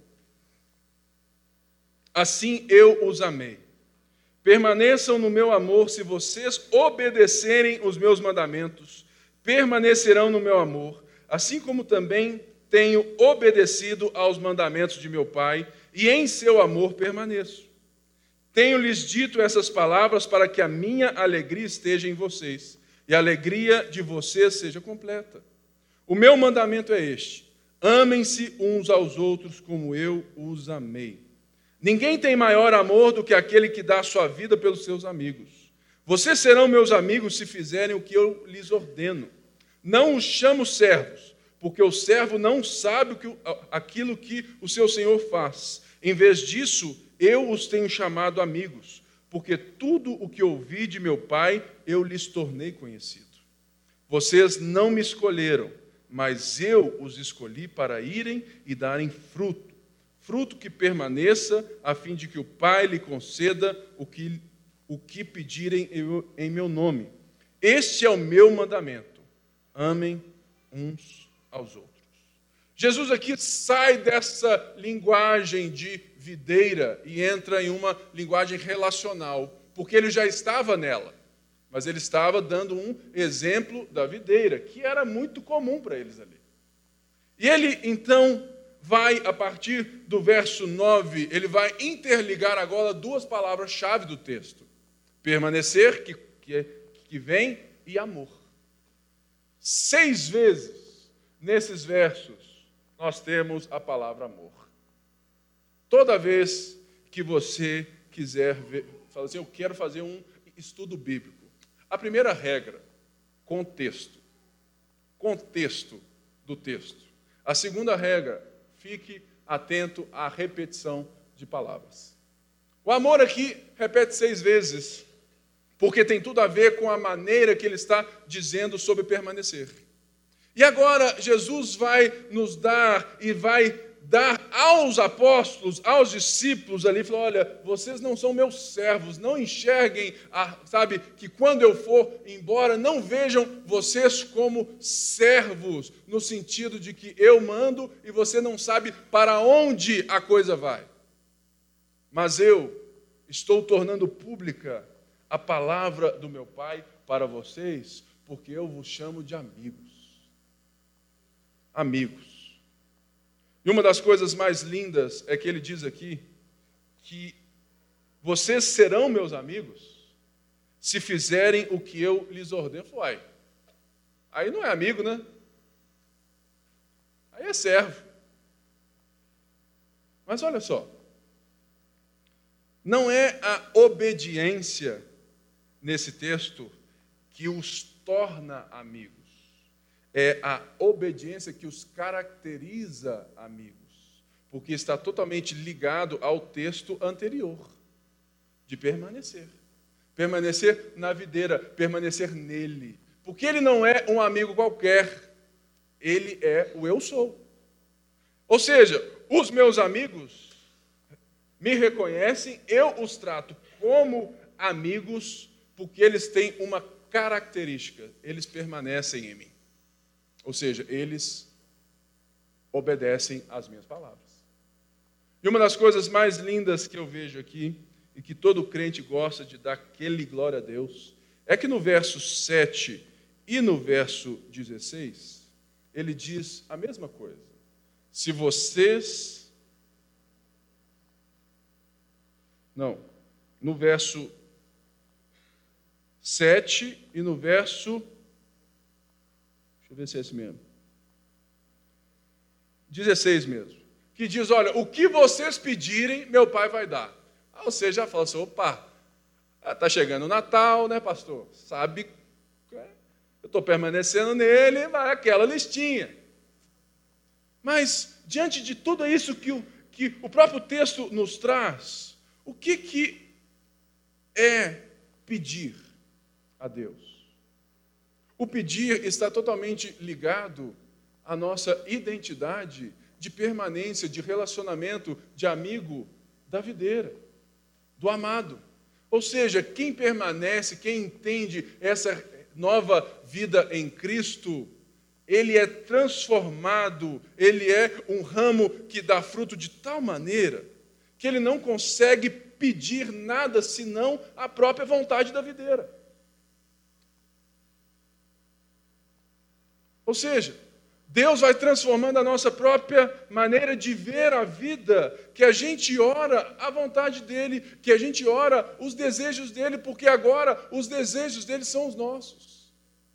assim eu os amei. Permaneçam no meu amor, se vocês obedecerem os meus mandamentos, permanecerão no meu amor, assim como também tenho obedecido aos mandamentos de meu Pai, e em seu amor permaneço. Tenho-lhes dito essas palavras para que a minha alegria esteja em vocês, e a alegria de vocês seja completa. O meu mandamento é este: amem-se uns aos outros como eu os amei. Ninguém tem maior amor do que aquele que dá a sua vida pelos seus amigos. Vocês serão meus amigos se fizerem o que eu lhes ordeno. Não os chamo servos, porque o servo não sabe o que, aquilo que o seu senhor faz. Em vez disso, eu os tenho chamado amigos, porque tudo o que ouvi de meu Pai, eu lhes tornei conhecido. Vocês não me escolheram, mas eu os escolhi para irem e darem fruto, fruto que permaneça, a fim de que o Pai lhe conceda o que, o que pedirem em meu nome. Este é o meu mandamento: amem uns aos outros. Jesus aqui sai dessa linguagem de videira e entra em uma linguagem relacional, porque ele já estava nela, mas ele estava dando um exemplo da videira, que era muito comum para eles ali. E ele, então, vai, a partir do verso nove, ele vai interligar agora duas palavras-chave do texto: permanecer, que, que, que vem, e amor. Seis vezes nesses versos nós temos a palavra amor. Toda vez que você quiser ver, fala assim, eu quero fazer um estudo bíblico. A primeira regra, contexto. Contexto do texto. A segunda regra, fique atento à repetição de palavras. O amor aqui repete seis vezes, porque tem tudo a ver com a maneira que ele está dizendo sobre permanecer. E agora Jesus vai nos dar e vai dar aos apóstolos, aos discípulos ali, falou, olha, vocês não são meus servos, não enxerguem, a, sabe, que quando eu for embora, não vejam vocês como servos, no sentido de que eu mando e você não sabe para onde a coisa vai. Mas eu estou tornando pública a palavra do meu Pai para vocês, porque eu vos chamo de amigos. Amigos. E uma das coisas mais lindas é que ele diz aqui que vocês serão meus amigos se fizerem o que eu lhes ordeno. Uai, aí não é amigo, né? Aí é servo. Mas olha só, não é a obediência nesse texto que os torna amigos. É a obediência que os caracteriza amigos, porque está totalmente ligado ao texto anterior, de permanecer. Permanecer na videira, permanecer nele. Porque ele não é um amigo qualquer, ele é o eu sou. Ou seja, os meus amigos me reconhecem, eu os trato como amigos, porque eles têm uma característica, eles permanecem em mim. Ou seja, eles obedecem às minhas palavras. E uma das coisas mais lindas que eu vejo aqui, e que todo crente gosta de dar aquele glória a Deus, é que no verso sete e no verso dezesseis, ele diz a mesma coisa. Se vocês... Não, no verso sete e no verso... Deixa eu ver se é esse mesmo. dezesseis mesmo. Que diz, olha, o que vocês pedirem, meu Pai vai dar. Aí você já fala assim, opa, está chegando o Natal, né, pastor? Sabe, eu estou permanecendo nele, vai aquela listinha. Mas, diante de tudo isso que o, que o próprio texto nos traz, o que, que é pedir a Deus? O pedir está totalmente ligado à nossa identidade de permanência, de relacionamento, de amigo da videira, do amado. Ou seja, quem permanece, quem entende essa nova vida em Cristo, ele é transformado, ele é um ramo que dá fruto de tal maneira que ele não consegue pedir nada senão a própria vontade da videira. Ou seja, Deus vai transformando a nossa própria maneira de ver a vida, que a gente ora a vontade dele, que a gente ora os desejos dele, porque agora os desejos dele são os nossos.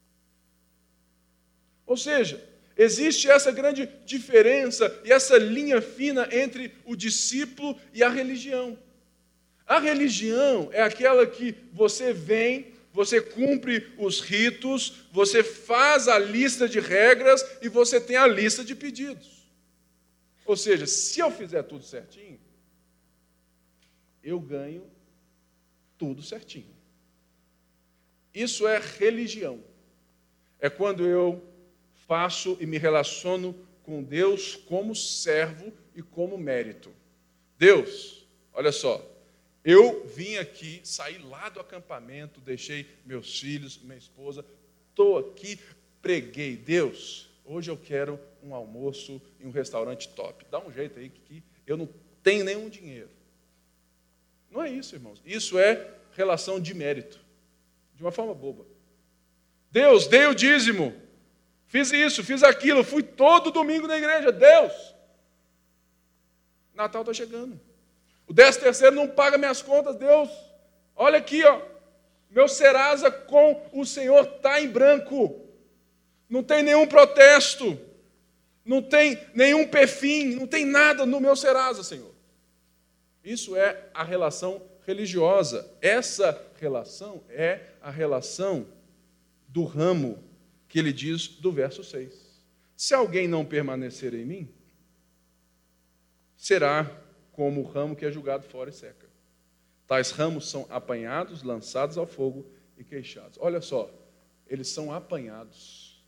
Ou seja, existe essa grande diferença e essa linha fina entre o discípulo e a religião. A religião é aquela que você vem, você cumpre os ritos, você faz a lista de regras e você tem a lista de pedidos. Ou seja, se eu fizer tudo certinho, eu ganho tudo certinho. Isso é religião. É quando eu faço e me relaciono com Deus como servo e como mérito. Deus, olha só, eu vim aqui, saí lá do acampamento, deixei meus filhos, minha esposa, estou aqui, preguei. Deus, hoje eu quero um almoço em um restaurante top. Dá um jeito aí que eu não tenho nenhum dinheiro. Não é isso, irmãos. Isso é relação de mérito, de uma forma boba. Deus, dei o dízimo, fiz isso, fiz aquilo, fui todo domingo na igreja. Deus, Natal está chegando. O décimo terceiro não paga minhas contas, Deus. Olha aqui, ó. Meu Serasa com o Senhor está em branco. Não tem nenhum protesto. Não tem nenhum pefim. Não tem nada no meu Serasa, Senhor. Isso é a relação religiosa. Essa relação é a relação do ramo que ele diz do verso seis. Se alguém não permanecer em mim, será como o ramo que é jogado fora e seca. Tais ramos são apanhados, lançados ao fogo e queixados. Olha só, eles são apanhados.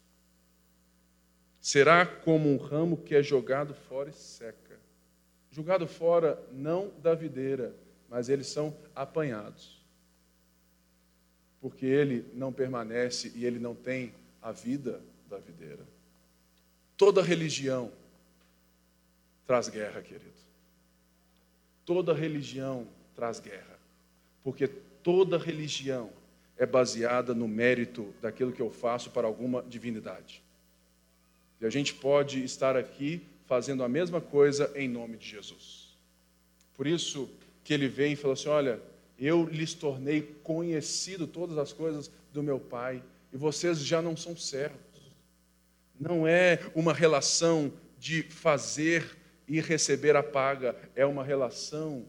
Será como um ramo que é jogado fora e seca. Jogado fora não da videira, mas eles são apanhados. Porque ele não permanece e ele não tem a vida da videira. Toda religião traz guerra, querido. Toda religião traz guerra, porque toda religião é baseada no mérito daquilo que eu faço para alguma divindade. E a gente pode estar aqui fazendo a mesma coisa em nome de Jesus. Por isso que ele vem e fala assim, olha, eu lhes tornei conhecido todas as coisas do meu Pai, e vocês já não são servos. Não é uma relação de fazer e receber a paga, é uma relação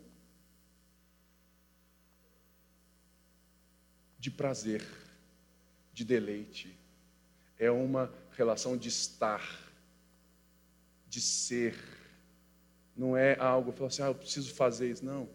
de prazer, de deleite. É uma relação de estar, de ser. Não é algo, falar assim, ah, eu preciso fazer isso. Não.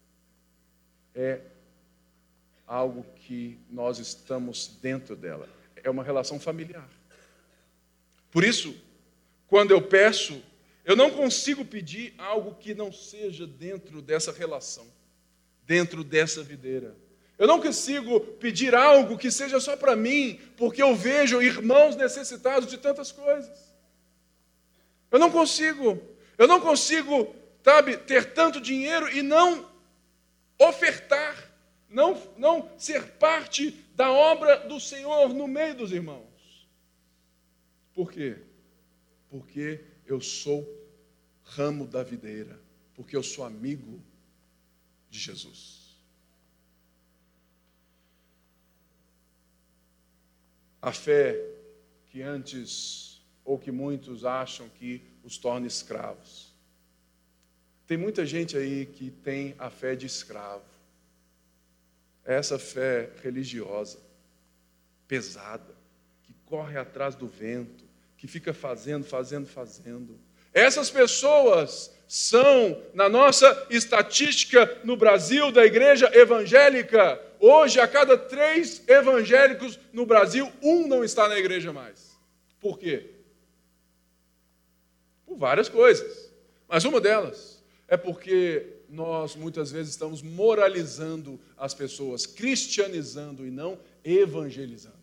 É algo que nós estamos dentro dela. É uma relação familiar. Por isso, quando eu peço, eu não consigo pedir algo que não seja dentro dessa relação, dentro dessa videira. Eu não consigo pedir algo que seja só para mim, porque eu vejo irmãos necessitados de tantas coisas. Eu não consigo, eu não consigo, sabe, ter tanto dinheiro e não ofertar, não, não ser parte da obra do Senhor no meio dos irmãos. Por quê? Porque eu sou ramo da videira, porque eu sou amigo de Jesus. A fé que antes, ou que muitos acham que os torna escravos. Tem muita gente aí que tem a fé de escravo. Essa fé religiosa, pesada, que corre atrás do vento, que fica fazendo, fazendo, fazendo. Essas pessoas são, na nossa estatística no Brasil da igreja evangélica, hoje a cada três evangélicos no Brasil, um não está na igreja mais. Por quê? Por várias coisas, mas uma delas é porque nós muitas vezes estamos moralizando as pessoas, cristianizando e não evangelizando.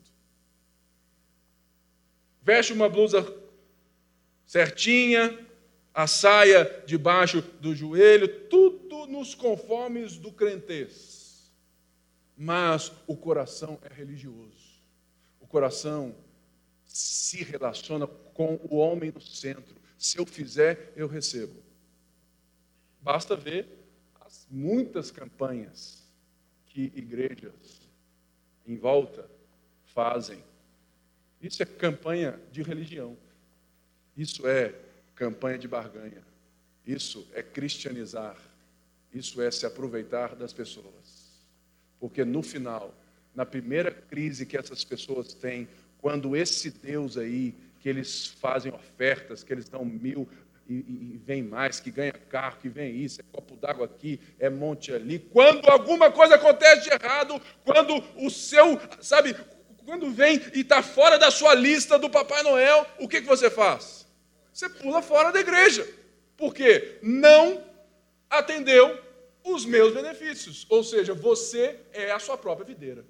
Veste uma blusa certinha, a saia debaixo do joelho, tudo nos conformes do crentez. Mas o coração é religioso. O coração se relaciona com o homem no centro. Se eu fizer, eu recebo. Basta ver as muitas campanhas que igrejas em volta fazem. Isso é campanha de religião. Isso é campanha de barganha. Isso é cristianizar. Isso é se aproveitar das pessoas. Porque no final, na primeira crise que essas pessoas têm, quando esse Deus aí, que eles fazem ofertas, que eles dão mil e, e, e vem mais, que ganha carro, que vem isso, é copo d'água aqui, é monte ali. Quando alguma coisa acontece de errado, quando o seu, sabe, quando vem e está fora da sua lista do Papai Noel, o que, que você faz? Você pula fora da igreja. Por quê? Não atendeu os meus benefícios. Ou seja, você é a sua própria videira.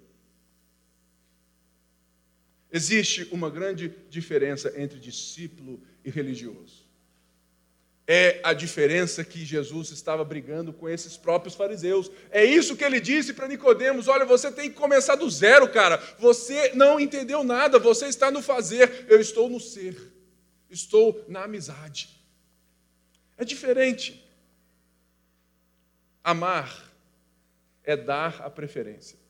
Existe uma grande diferença entre discípulo e religioso. É a diferença que Jesus estava brigando com esses próprios fariseus. É isso que ele disse para Nicodemos: olha, você tem que começar do zero, cara. Você não entendeu nada, você está no fazer, eu estou no ser. Estou na amizade. É diferente. Amar é dar a preferência.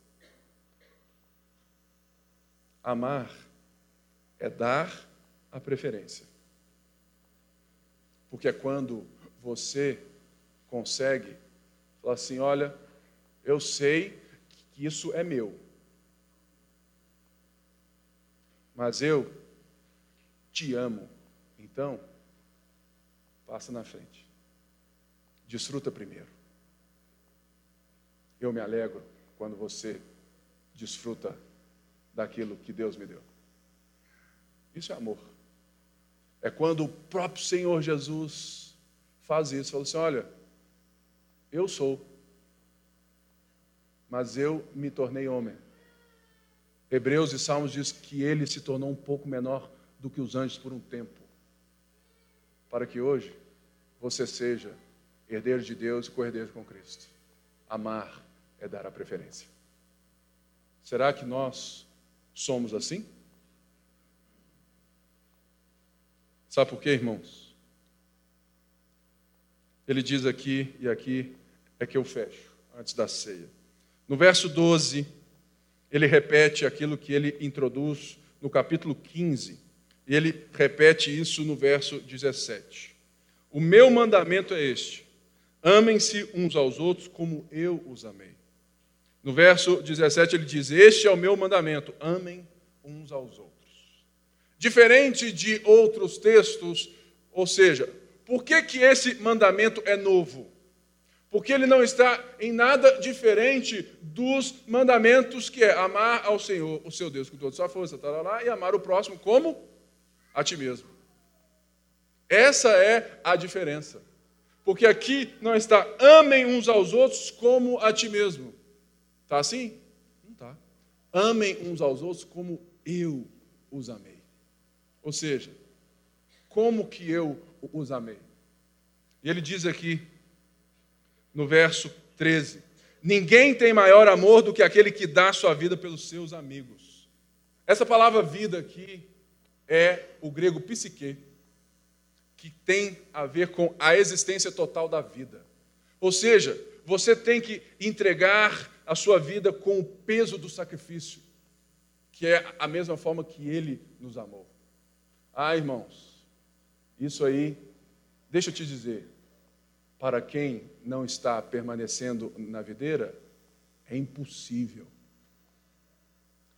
Amar é dar a preferência. Porque é quando você consegue falar assim: olha, eu sei que isso é meu, mas eu te amo, então passa na frente. Desfruta primeiro. Eu me alegro quando você desfruta daquilo que Deus me deu. Isso é amor. É quando o próprio Senhor Jesus faz isso. Fala assim: olha, eu sou, mas eu me tornei homem. Hebreus e Salmos diz que ele se tornou um pouco menor do que os anjos por um tempo, para que hoje você seja herdeiro de Deus e co-herdeiro com Cristo. Amar é dar a preferência. Será que nós somos assim? Sabe por quê, irmãos? Ele diz aqui, e aqui é que eu fecho, antes da ceia. No verso doze, ele repete aquilo que ele introduz no capítulo quinze, e ele repete isso no verso dezessete. O meu mandamento é este: amem-se uns aos outros como eu os amei. No verso dezessete ele diz: este é o meu mandamento, amem uns aos outros. Diferente de outros textos, ou seja, por que que esse mandamento é novo? Porque ele não está em nada diferente dos mandamentos que é amar ao Senhor, o seu Deus, com toda a sua força, tarará, e amar o próximo como a ti mesmo. Essa é a diferença. Porque aqui não está amem uns aos outros como a ti mesmo. Está assim? Não está. Amem uns aos outros como eu os amei. Ou seja, como que eu os amei? E ele diz aqui, no verso treze, ninguém tem maior amor do que aquele que dá sua vida pelos seus amigos. Essa palavra vida aqui é o grego psique, que tem a ver com a existência total da vida. Ou seja, você tem que entregar a sua vida com o peso do sacrifício, que é a mesma forma que ele nos amou. Ah, irmãos, isso aí, deixa eu te dizer, para quem não está permanecendo na videira, é impossível.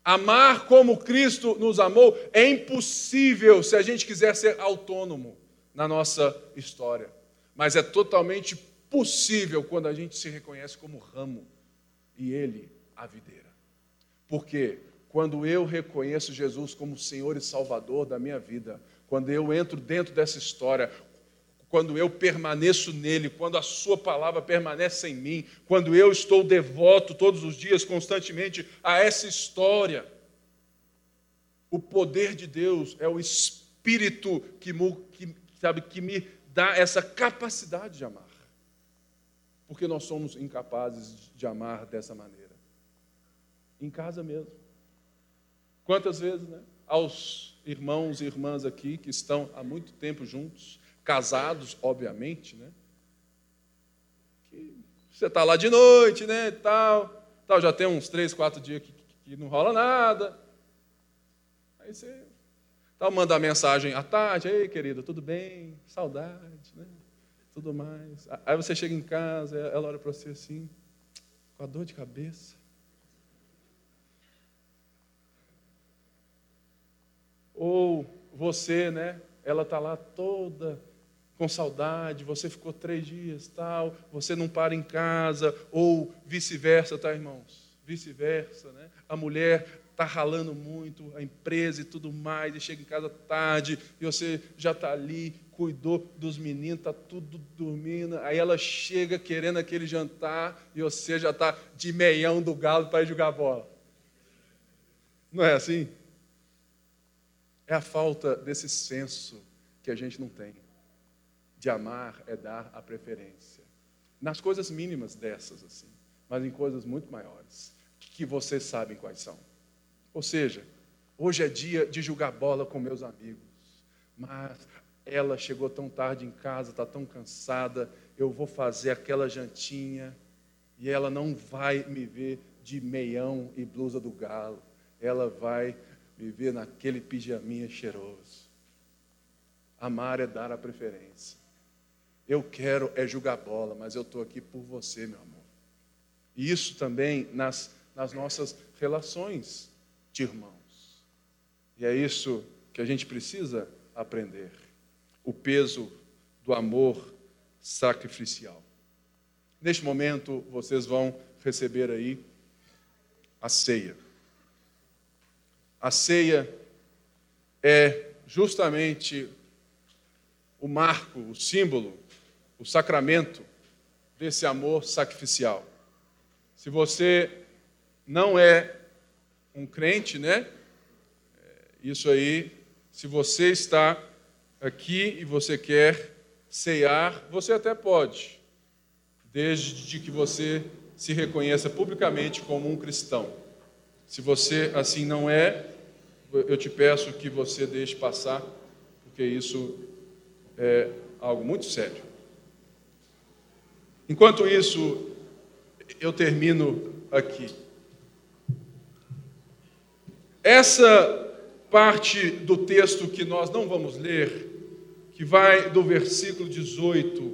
Amar como Cristo nos amou é impossível se a gente quiser ser autônomo na nossa história. Mas é totalmente possível quando a gente se reconhece como ramo e Ele a videira. Por quê? Quando eu reconheço Jesus como Senhor e Salvador da minha vida, quando eu entro dentro dessa história, quando eu permaneço nele, quando a sua palavra permanece em mim, quando eu estou devoto todos os dias, constantemente, a essa história, o poder de Deus é o Espírito que, que, sabe, que me dá essa capacidade de amar. Porque nós somos incapazes de amar dessa maneira. Em casa mesmo. Quantas vezes, né? Aos irmãos e irmãs aqui que estão há muito tempo juntos, casados, obviamente, né? Que você está lá de noite, né? E tal, tal, já tem uns três, quatro dias que, que, que não rola nada. Aí você tal, manda a mensagem à tarde, ei, querida, tudo bem? Saudade, né? Tudo mais. Aí você chega em casa, ela olha para você assim, com a dor de cabeça. Ou você, né? Ela está lá toda com saudade, você ficou três dias, tal, você não para em casa, ou vice-versa, tá, irmãos? Vice-versa, né? A mulher está ralando muito, a empresa e tudo mais, e chega em casa tarde, e você já está ali, cuidou dos meninos, está tudo dormindo, aí ela chega querendo aquele jantar, e você já está de meião do galo para ir jogar bola. Não é assim? É a falta desse senso que a gente não tem. De amar é dar a preferência. Nas coisas mínimas dessas, assim, mas em coisas muito maiores, que vocês sabem quais são. Ou seja, hoje é dia de jogar bola com meus amigos, mas ela chegou tão tarde em casa, está tão cansada, eu vou fazer aquela jantinha e ela não vai me ver de meião e blusa do galo, ela vai me ver naquele pijaminha cheiroso. Amar é dar a preferência. Eu quero é jogar bola, mas eu estou aqui por você, meu amor. E isso também nas, nas nossas relações de irmãos. E é isso que a gente precisa aprender. O peso do amor sacrificial. Neste momento, vocês vão receber aí a ceia. A ceia é justamente o marco, o símbolo, o sacramento desse amor sacrificial. Se você não é um crente, né? Isso aí, se você está aqui e você quer ceiar, você até pode, desde que você se reconheça publicamente como um cristão. Se você assim não é, eu te peço que você deixe passar, porque isso é algo muito sério. Enquanto isso, eu termino aqui. Essa parte do texto que nós não vamos ler, que vai do versículo dezoito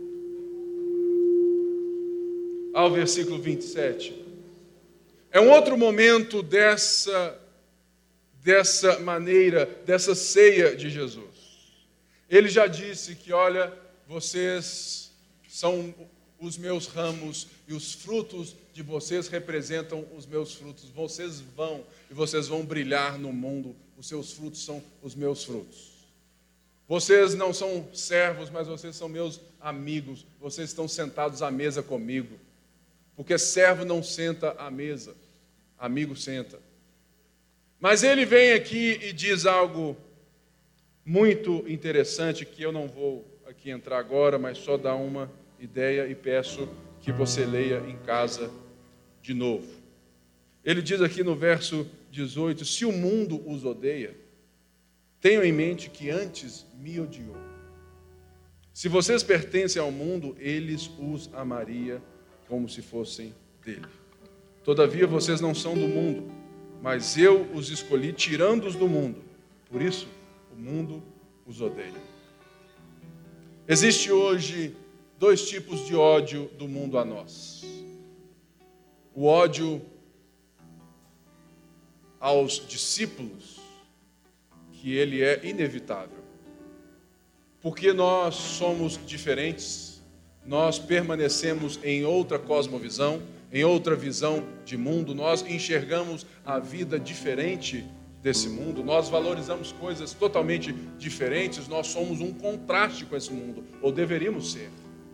ao versículo vinte e sete, é um outro momento dessa, dessa maneira, dessa ceia de Jesus. Ele já disse que, olha, vocês são os meus ramos e os frutos de vocês representam os meus frutos. Vocês vão e vocês vão brilhar no mundo. Os seus frutos são os meus frutos. Vocês não são servos, mas vocês são meus amigos. Vocês estão sentados à mesa comigo. Porque servo não senta à mesa, amigo senta. Mas ele vem aqui e diz algo muito interessante, que eu não vou aqui entrar agora, mas só dar uma ideia e peço que você leia em casa de novo. Ele diz aqui no verso dezoito, se o mundo os odeia, tenham em mente que antes me odiou. Se vocês pertencem ao mundo, eles os amaria como se fossem dele. Todavia vocês não são do mundo, mas eu os escolhi tirando-os do mundo. Por isso, o mundo os odeia. Existe hoje dois tipos de ódio do mundo a nós. O ódio aos discípulos que ele é inevitável. Porque nós somos diferentes, nós permanecemos em outra cosmovisão, em outra visão de mundo, nós enxergamos a vida diferente desse mundo, nós valorizamos coisas totalmente diferentes, nós somos um contraste com esse mundo, ou deveríamos ser.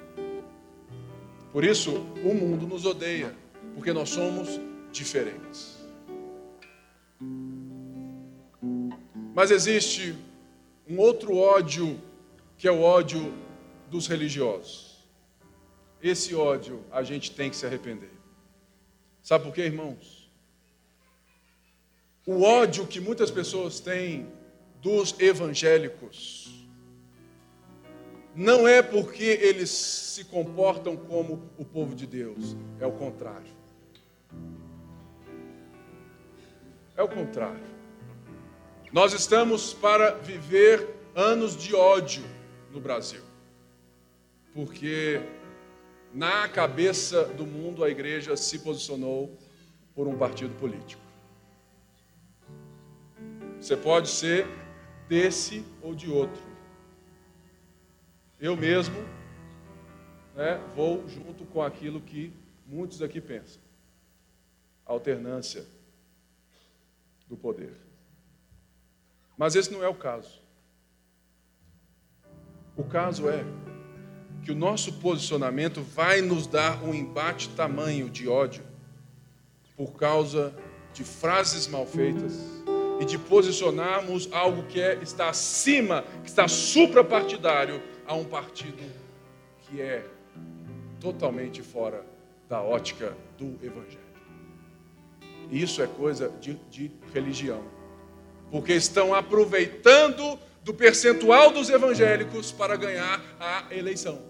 Por isso, o mundo nos odeia, porque nós somos diferentes. Mas existe um outro ódio, que é o ódio dos religiosos. Esse ódio a gente tem que se arrepender. Sabe por quê, irmãos? O ódio que muitas pessoas têm dos evangélicos não é porque eles se comportam como o povo de Deus, é o contrário. É o contrário. Nós estamos para viver anos de ódio no Brasil, porque na cabeça do mundo a igreja se posicionou por um partido político. Você pode ser desse ou de outro. Eu mesmo, né, vou junto com aquilo que muitos aqui pensam. Alternância do poder. Mas esse não é o caso. O caso é que o nosso posicionamento vai nos dar um embate tamanho de ódio por causa de frases mal feitas e de posicionarmos algo que é, está acima, que está suprapartidário a um partido que é totalmente fora da ótica do Evangelho. E isso é coisa de, de religião, porque estão aproveitando do percentual dos evangélicos para ganhar a eleição.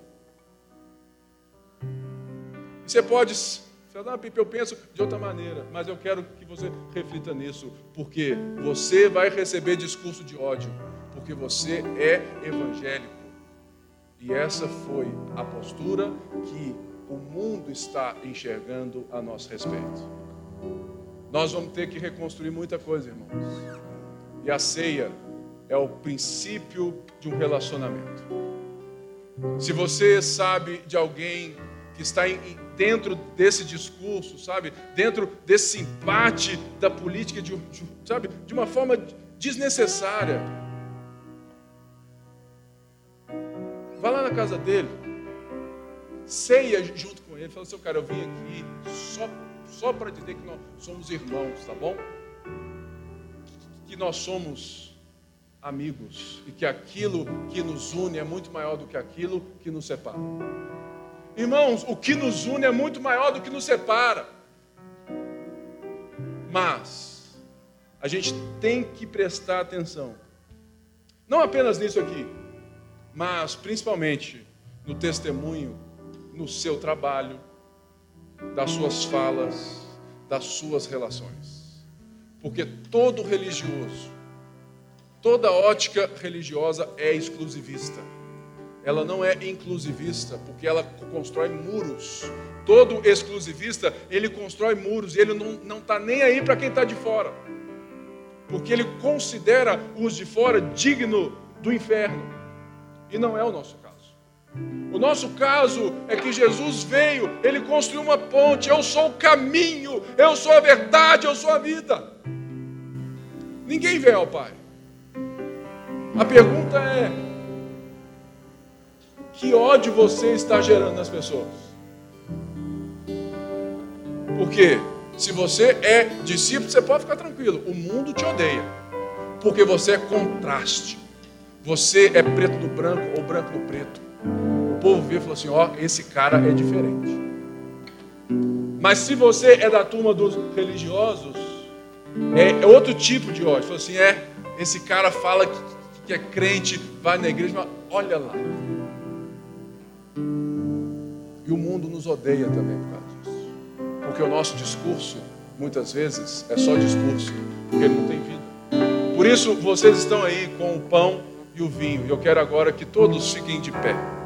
E você pode falar, ah, Pipe, eu penso de outra maneira, mas eu quero que você reflita nisso, porque você vai receber discurso de ódio, porque você é evangélico. E essa foi a postura que o mundo está enxergando a nosso respeito. Nós vamos ter que reconstruir muita coisa, irmãos. E a ceia é o princípio de um relacionamento. Se você sabe de alguém que está em, dentro desse discurso, sabe, dentro desse empate da política, de, de, sabe, de uma forma desnecessária, vá lá na casa dele, ceia junto com ele, fala assim, cara, eu vim aqui só, só para dizer que nós somos irmãos, tá bom? Que nós somos amigos e que aquilo que nos une é muito maior do que aquilo que nos separa. Irmãos, o que nos une é muito maior do que nos separa. Mas a gente tem que prestar atenção, não apenas nisso aqui, mas principalmente no testemunho, no seu trabalho, das suas falas, das suas relações. Porque todo religioso, toda ótica religiosa é exclusivista. Ela não é inclusivista, porque ela constrói muros. Todo exclusivista, ele constrói muros, e ele não está nem aí para quem está de fora. Porque ele considera os de fora digno do inferno. E não é o nosso caso. O nosso caso é que Jesus veio, ele construiu uma ponte. Eu sou o caminho, eu sou a verdade, eu sou a vida. Ninguém vê ao Pai. A pergunta é: que ódio você está gerando nas pessoas? Porque se você é discípulo, você pode ficar tranquilo. O mundo te odeia, porque você é contraste. Você é preto do branco ou branco do preto. O povo vê e fala assim, ó, esse cara é diferente. Mas se você é da turma dos religiosos, é outro tipo de ódio. Fala assim, é, esse cara fala que, que é crente, vai na igreja, mas olha lá. E o mundo nos odeia também por causa disso. Porque o nosso discurso, muitas vezes, é só discurso, porque ele não tem vida. Por isso, vocês estão aí com o pão e o vinho. E eu quero agora que todos fiquem de pé.